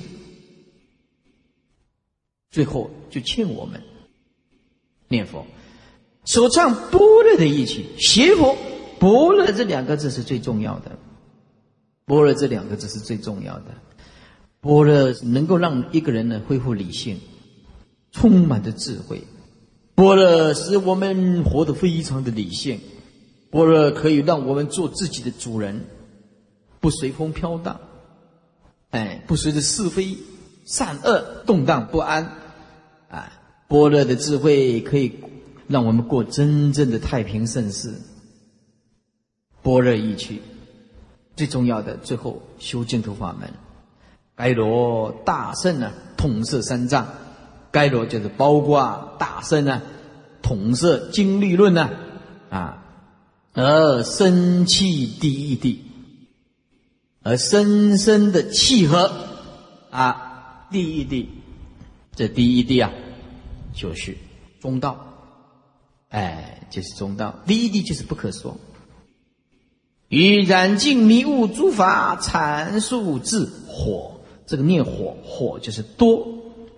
最后就劝我们念佛，首唱般若的意趣，学佛。般若这两个字是最重要的，般若这两个字是最重要的。般若能够让一个人呢恢复理性，充满着智慧。般若使我们活得非常的理性，般若可以让我们做自己的主人，不随风飘荡，哎，不随着是非善恶动荡不安，啊，般若的智慧可以让我们过真正的太平盛世。般若意趣，最重要的，最后修净土法门，该罗大圣呢，统摄三藏。该罗就是包括大圣啊，统摄经律论啊，啊，而生气第一地，而深深的契合啊，第一地，这第一地啊，就是中道，哎，就是中道。第一地就是不可说，与染净迷悟诸法阐述至火，这个念火，火就是多。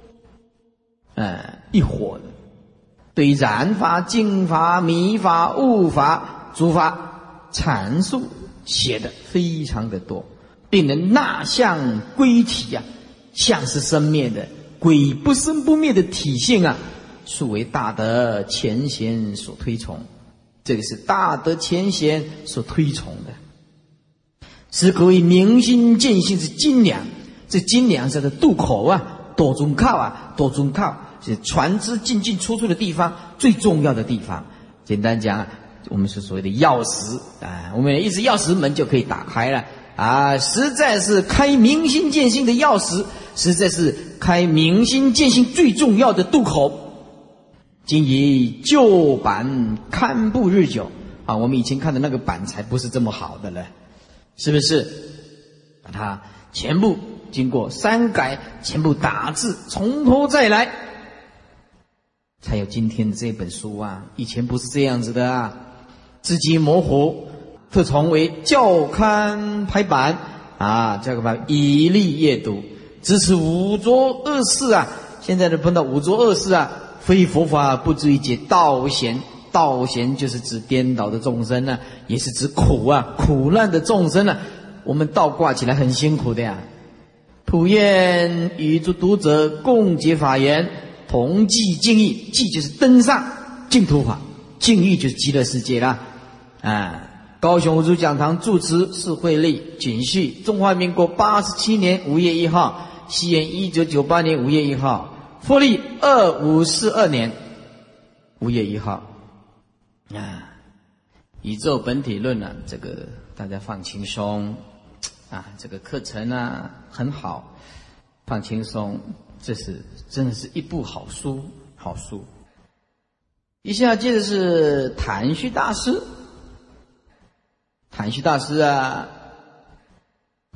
嗯，一伙的，对染法、净法、迷法、悟法、诸法阐述写的非常的多，并能纳相归体啊，相是生灭的，鬼不生不灭的体性啊，素为大德前贤所推崇。这个是大德前贤所推崇的，是可谓明心见性之精良。这精良是个渡口啊，多中靠啊，多中靠。是船只进进出出的地方，最重要的地方。简单讲，我们是所谓的钥匙啊，我们一直钥匙门就可以打开了啊，实在是开明心见性的钥匙，实在是开明心见性最重要的渡口。今以旧版堪布日久啊，我们以前看的那个版才不是这么好的了，是不是？把它全部经过删改，全部打字，从头再来。才有今天的这本书啊，以前不是这样子的啊，字迹模糊，特从为校刊排版啊，这个版以利阅读，支持五浊恶世啊。现在的碰到五浊恶世啊，非佛法不足以解道贤，道贤就是指颠倒的众生啊，也是指苦啊苦难的众生啊。我们倒挂起来很辛苦的呀。普愿与诸读者共结法言。同济净义，济就是登上净土法，净义就是极乐世界啦。啊，高雄五祖讲堂住持释慧力谨序，中华民国八十七年五月一号，西元一九九八年五月一号，复历二五四二年五月一号。啊，宇宙本体论啊，这个大家放轻松啊，这个课程啊很好，放轻松。这是真的是一部好书，好书。以下接着是谭旭大师，谭旭大师啊，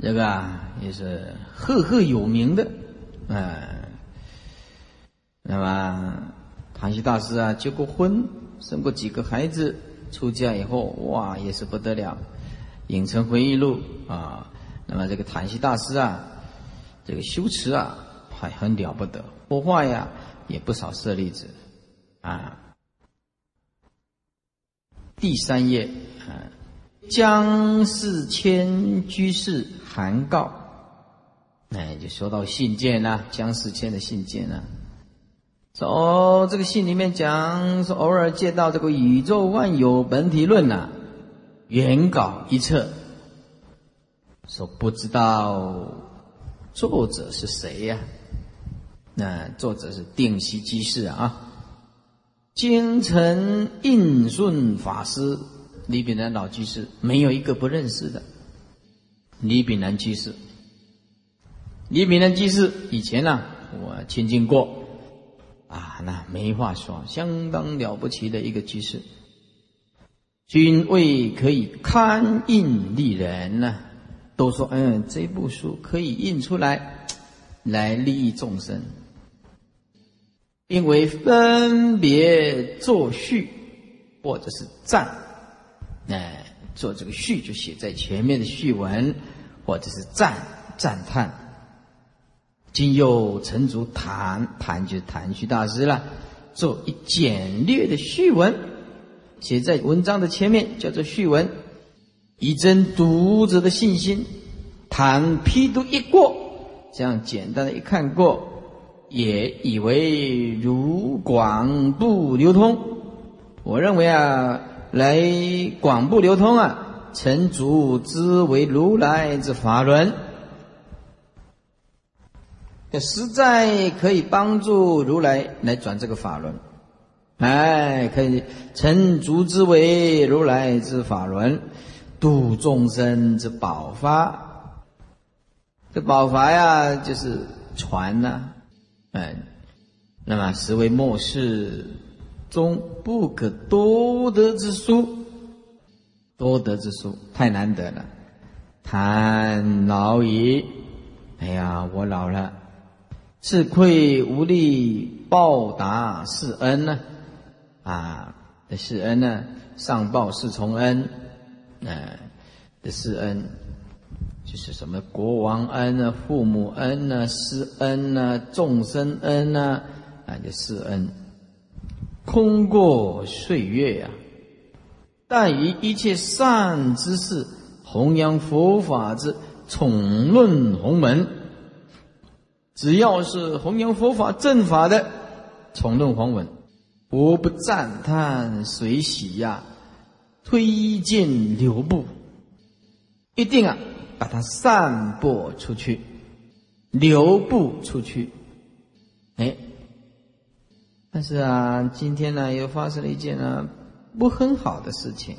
这个啊也是赫赫有名的，嗯，那么唐西大师啊结过婚，生过几个孩子，出家以后哇也是不得了，《影城回忆录》啊，那么这个唐西大师啊，这个修持啊还很了不得，佛化呀也不少舍利子啊。第三页啊，江世谦居士函告，哎，就说到信件啊，江世谦的信件啊，说哦，这个信里面讲说，偶尔借到这个《宇宙万有本体论》呐，原稿一册，说不知道作者是谁呀、啊？那作者是定西居士啊。京城应顺法师李炳南老居士没有一个不认识的。李炳南居士，李炳南居士以前呢、啊，我亲近过啊，那没话说，相当了不起的一个居士，均为可以刊印利人呢、啊，都说嗯，这部书可以印出来，来利益众生。因为分别作序或者是赞，哎，做这个序就写在前面的序文，或者是赞赞叹。今又陈祖谈谈就是谭虚大师了，做一简略的序文，写在文章的前面，叫做序文，以增读者的信心。谈批读一过，这样简单的一看过。也以为如广布流通，我认为啊，来广布流通啊，陈祖之为如来之法轮，实在可以帮助如来来转这个法轮，哎，可以陈祖之为如来之法轮，度众生之宝法。这宝法呀，就是传呐、啊。嗯，那么实为末世中不可多得之书，多得之书太难得了。叹老矣，哎呀，我老了，自愧无力报答世恩呢、啊。啊，的世恩呢，上报四重恩，呃，的世恩。就是什么国王恩啊、父母恩啊、师恩啊、众生恩啊，啊，就世恩。空过岁月呀、啊，但于一切善之事，弘扬佛法之宠论弘门。只要是弘扬佛法正法的宠论弘文，我不赞叹随喜呀、啊，推荐流布，一定啊。把它散播出去，流布出去。哎，但是啊，今天呢又发生了一件呢不很好的事情。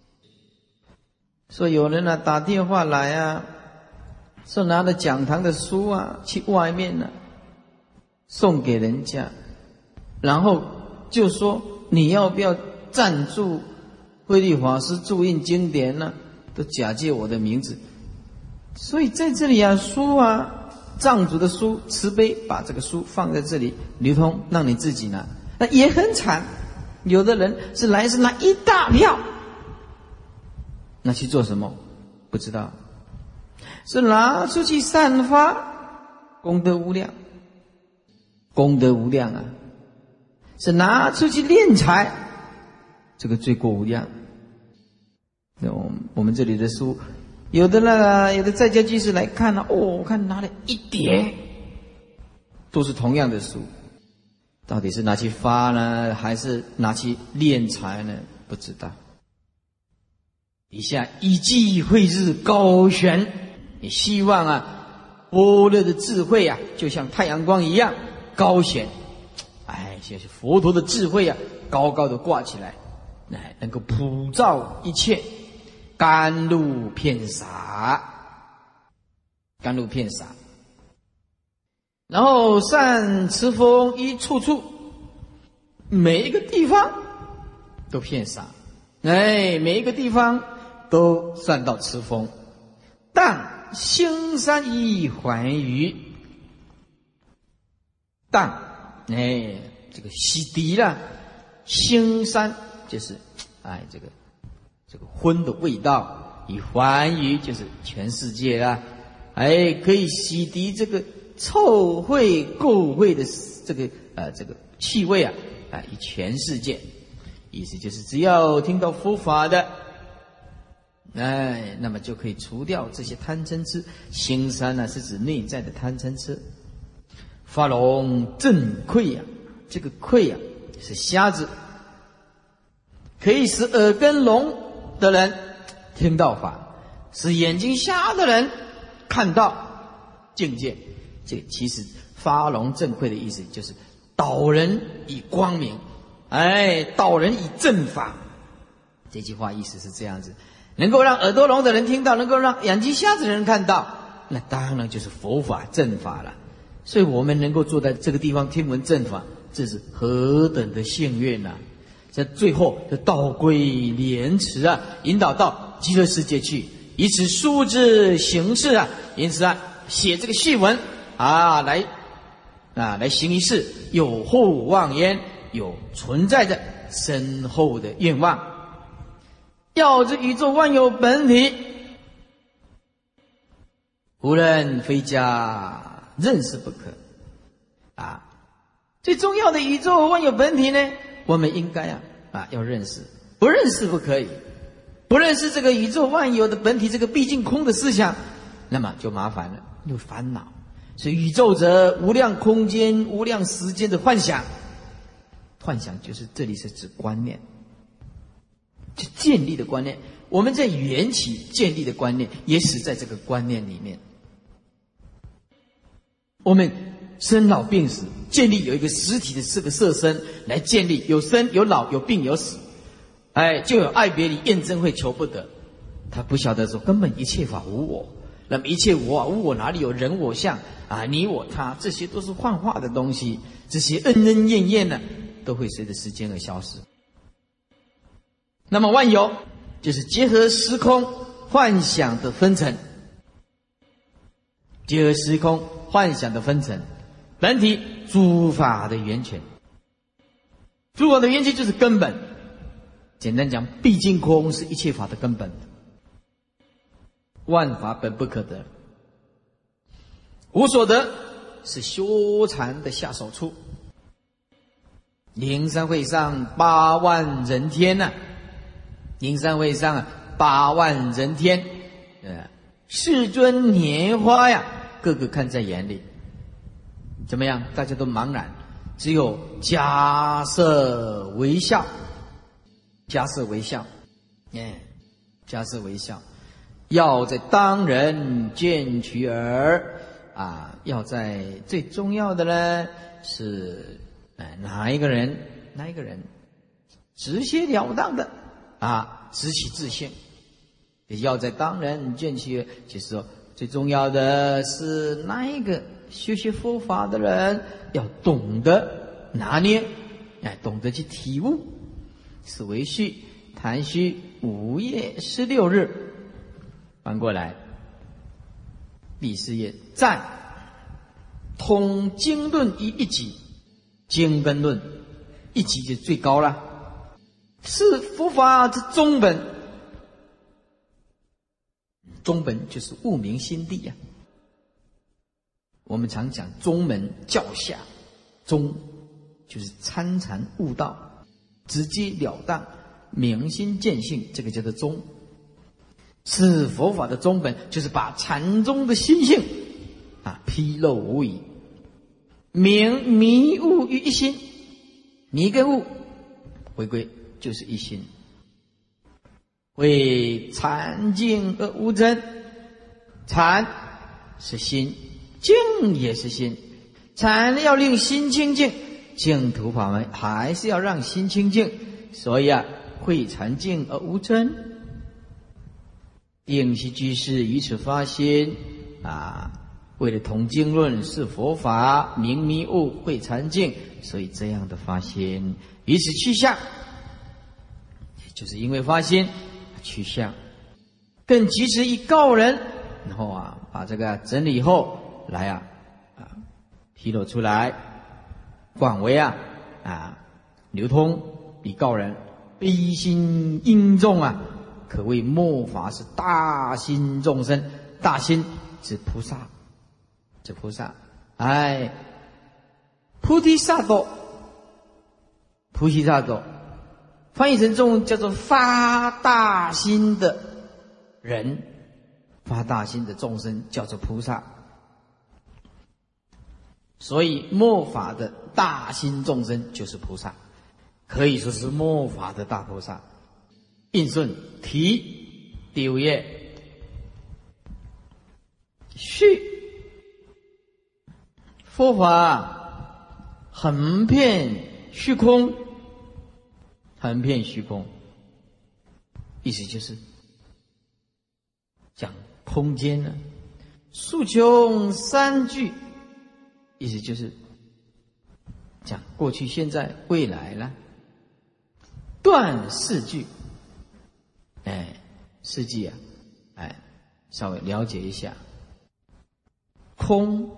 说有人呢打电话来啊，说拿着讲堂的书啊去外面呢送给人家，然后就说你要不要赞助慧律法师注印经典呢？都假借我的名字。所以在这里啊，书啊，藏族的书，慈悲把这个书放在这里流通，让你自己呢，那也很惨。有的人是来是拿一大票，那去做什么？不知道，是拿出去散发，功德无量，功德无量啊！是拿出去敛财，这个罪过无量。那我们我们这里的书。有的那个，有的在家居士来看呢、啊，哦，我看拿了一叠，都是同样的书，到底是拿去发呢，还是拿去敛财呢？不知道。以下一记慧日高悬，也希望啊，般若的智慧啊，就像太阳光一样高悬，哎，就是佛陀的智慧啊，高高的挂起来，哎，能够普照一切。甘露遍洒，甘露遍洒，然后散持风一处处，每一个地方都遍洒，哎，每一个地方都散到持风，但兴山以还于荡，哎，这个洗涤了兴山，就是哎这个这个荤的味道，以还于就是全世界啦，哎，可以洗涤这个臭秽垢秽的这个呃这个气味啊，啊，以全世界，意思就是只要听到佛法的，哎，那么就可以除掉这些贪嗔痴。兴山呢、啊，是指内在的贪嗔痴。发聋正慧呀、啊，这个慧呀、啊、是瞎子，可以使耳根聋的人听到法，使眼睛瞎的人看到境界。这个其实发聋正慧的意思就是导人以光明，哎，导人以正法。这句话意思是这样子，能够让耳朵聋的人听到，能够让眼睛瞎子的人看到，那当然就是佛法正法了。所以我们能够坐在这个地方听闻正法，这是何等的幸运啊！在最后就道归莲池啊，引导到极乐世界去，以此书之行事啊。因此啊，写这个序文啊，来啊来行一事，有厚望焉，有存在着深厚的愿望。要知宇宙万有本体，无人非家。认识不可啊！最重要的宇宙万有本体呢，我们应该啊啊要认识，不认识不可以。不认识这个宇宙万有的本体，这个毕竟空的思想，那么就麻烦了，有烦恼。所以宇宙者无量空间、无量时间的幻想，幻想就是这里是指观念，就建立的观念。我们在缘起建立的观念，也死在这个观念里面。我们生老病死建立有一个实体的这个色身来建立，有生有老有病有死，哎，就有爱别离怨憎会求不得。他不晓得说根本一切法无我，那么一切我啊无我，哪里有人我相啊？你我他，这些都是幻化的东西，这些恩恩怨怨呢，都会随着时间而消失。那么万有就是结合时空幻想的分层，结合时空幻想的分层，本体诸法的源泉，诸法的源泉就是根本。简单讲，毕竟空是一切法的根本，万法本不可得，无所得是修禅的下手处。灵山会上八万人天呐、啊，灵山会上啊八万人天，呃，世尊拈花呀，个个看在眼里。怎么样？大家都茫然，只有迦叶微笑，迦叶微笑，哎，迦叶微笑。要在当人见取耳啊！要在最重要的呢是，哎，哪一个人？哪一个人？直截了当的啊，直起自性。也要在当人见取耳，就是说最重要的是哪一个修学佛法的人要懂得拿捏，哎，懂得去体悟。是为序，谈虚五夜十六日。翻过来，第四页，赞通经论于一集，经跟论一集就最高了，是佛法之宗本。宗本就是悟明心地呀、啊。我们常讲宗门教下，宗就是参禅悟道，直截了当，明心见性，这个叫做宗。是佛法的宗本，就是把禅宗的心性啊披露无遗，明迷悟于一心，迷跟悟回归就是一心，为禅净而无真。禅是心，净也是心，禅要令心清净，净土法门还是要让心清净，所以啊，会禅净而无真。应悉居士于此发心啊，为了统经论是佛法，明迷悟会禅净，所以这样的发心，于此去向，就是因为发心去向，更及时以告人然后啊，把这个整理以后来啊啊披露出来，广为啊啊流通，以告人悲心殷重啊，可谓末法是大心众生，大心指菩萨，指菩萨，哎，菩提萨埵，菩提萨埵，翻译成中文叫做发大心的人，发大心的众生叫做菩萨。所以末法的大心众生就是菩萨，可以说是末法的大菩萨。印顺题第五页序，佛法横遍虚空，横遍虚空，意思就是讲空间呢，数穷三聚，意思就是讲过去、现在、未来了。断四句，哎，四句啊，哎，稍微了解一下。空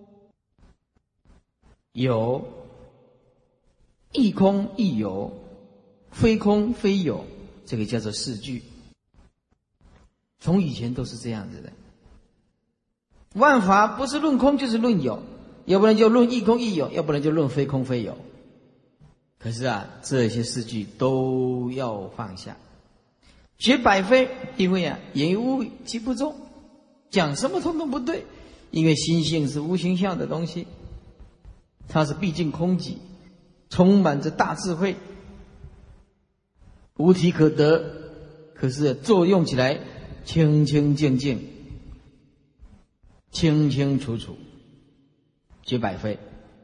有，亦空亦有，非空非有，这个叫做四句。从以前都是这样子的。万法不是论空就是论有，要不然就论亦空亦有，要不然就论非空非有。可是啊，这些四句都要放下。学百非，因为啊，言于物即不中，讲什么通通不对，因为心性是无形象的东西，它是毕竟空寂，充满着大智慧，无体可得，可是作用起来清清净净，清清楚楚，绝百非，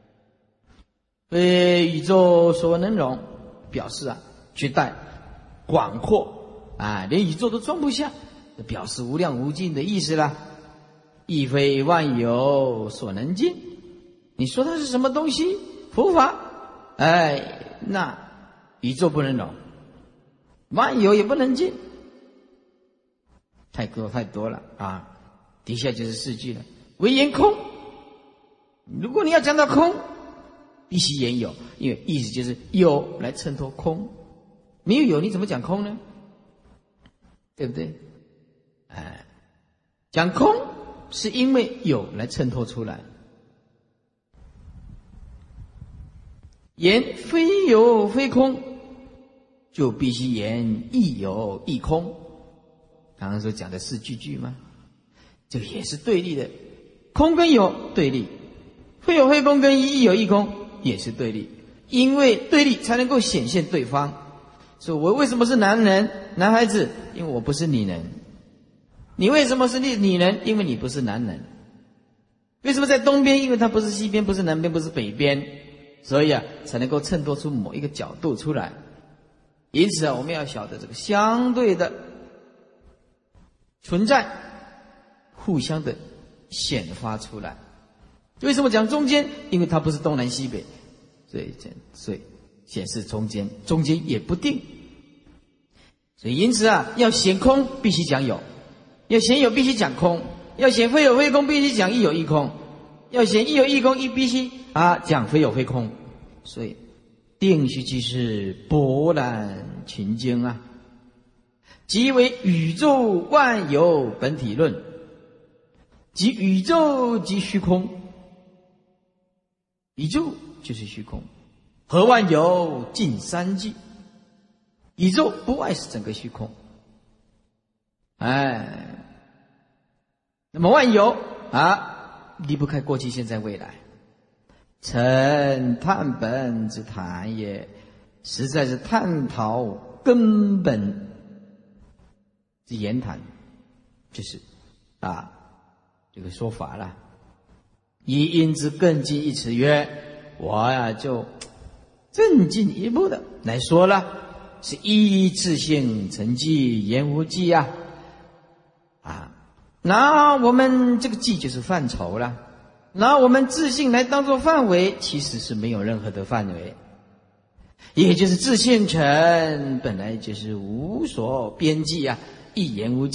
非宇宙所能容，表示啊，绝代广阔啊，连宇宙都装不下，表示无量无尽的意思啦。亦非万有所能尽，你说它是什么东西？佛法，哎，那宇宙不能容，万有也不能尽，太多太多了啊！底下就是四句了。唯言空，如果你要讲到空，必须言有，因为意思就是有来衬托空，没有有你怎么讲空呢？对不对？哎，讲空是因为有来衬托出来。言非有非空，就必须言亦有亦空。刚刚所讲的四句句吗？这个也是对立的，空跟有对立，非有非空跟亦有亦空也是对立，因为对立才能够显现对方。所以我为什么是男人男孩子？因为我不是女人。你为什么是女人？因为你不是男人。为什么在东边？因为它不是西边，不是南边，不是北边，所以啊，才能够衬托出某一个角度出来。因此啊，我们要晓得这个相对的存在，互相的显发出来。为什么讲中间？因为它不是东南西北，所以所以显示中间，中间也不定。所以因此啊，要显空必须讲有，要显有必须讲空，要显非有非空必须讲亦有亦空，要显亦有亦空亦必须啊讲非有非空。所以定须即是博览群经啊，即为宇宙万有本体论，即宇宙即虚空，宇宙就是虚空，和万有尽三际，宇宙不外是整个虚空。哎，那么万有啊，离不开过去、现在、未来。诚探本之谈也，实在是探讨根本之言谈，就是啊这个说法了。以因之更进一词曰，我呀就更进一步的来说了，是依自性成寂言无际啊啊，拿我们这个寂就是范畴了。拿我们自性来当作范围，其实是没有任何的范围，也就是自性成本来就是无所边际啊，一言无际，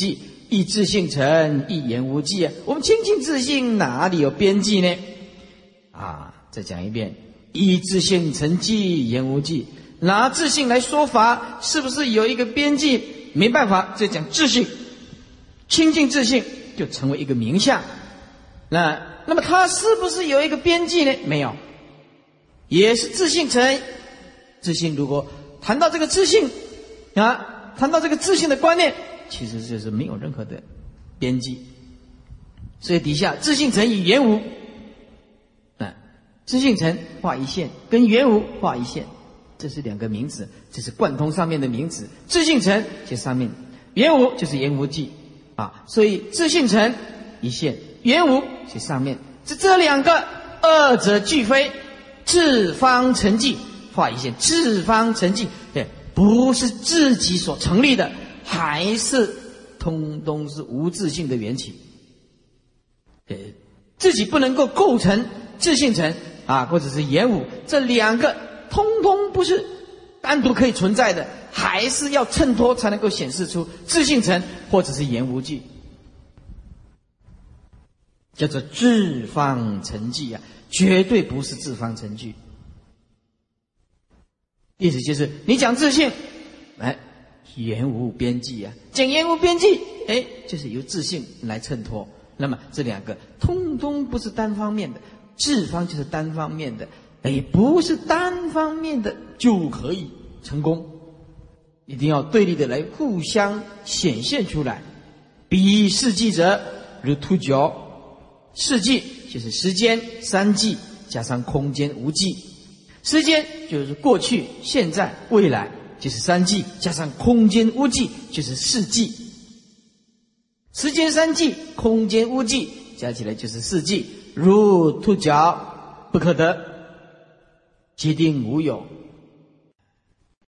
亦自性成，亦言无忌啊！我们清净自性哪里有边际呢？啊，再讲一遍，亦自性成寂，言无忌。拿自性来说法，是不是有一个边际？没办法，再讲自性，清净自性就成为一个名相。那那么它是不是有一个边际呢？没有，也是自性成。自性如果谈到这个自性啊，谈到这个自性的观念，其实就是没有任何的边际。所以底下自性成与圆无，啊，自性成画一线，跟圆无画一线。这是两个名词，这是贯通上面的名词。自性成就上面，圆无就是言无忌啊，所以自性成一线，圆无就上面，这这两个二者俱非，自方成寂，画一线，自方成寂，对，不是自己所成立的，还是通通是无自性的缘起。对，自己不能够构成自性成啊，或者是言无，这两个通通不是单独可以存在的，还是要衬托才能够显示出自性成或者是言无忌，叫做自方成寂啊，绝对不是自方成寂。意思就是你讲自性，哎，言无边际啊，讲言无边际，哎，就是由自性来衬托。那么这两个通通不是单方面的，自方就是单方面的。哎，不是单方面的就可以成功，一定要对立的来互相显现出来。彼四季者，如凸角，四季就是时间三季加上空间无际，时间就是过去、现在、未来，就是三季加上空间无际就是四季。时间三季，空间无际，加起来就是四季。如凸角，不可得。即定无有，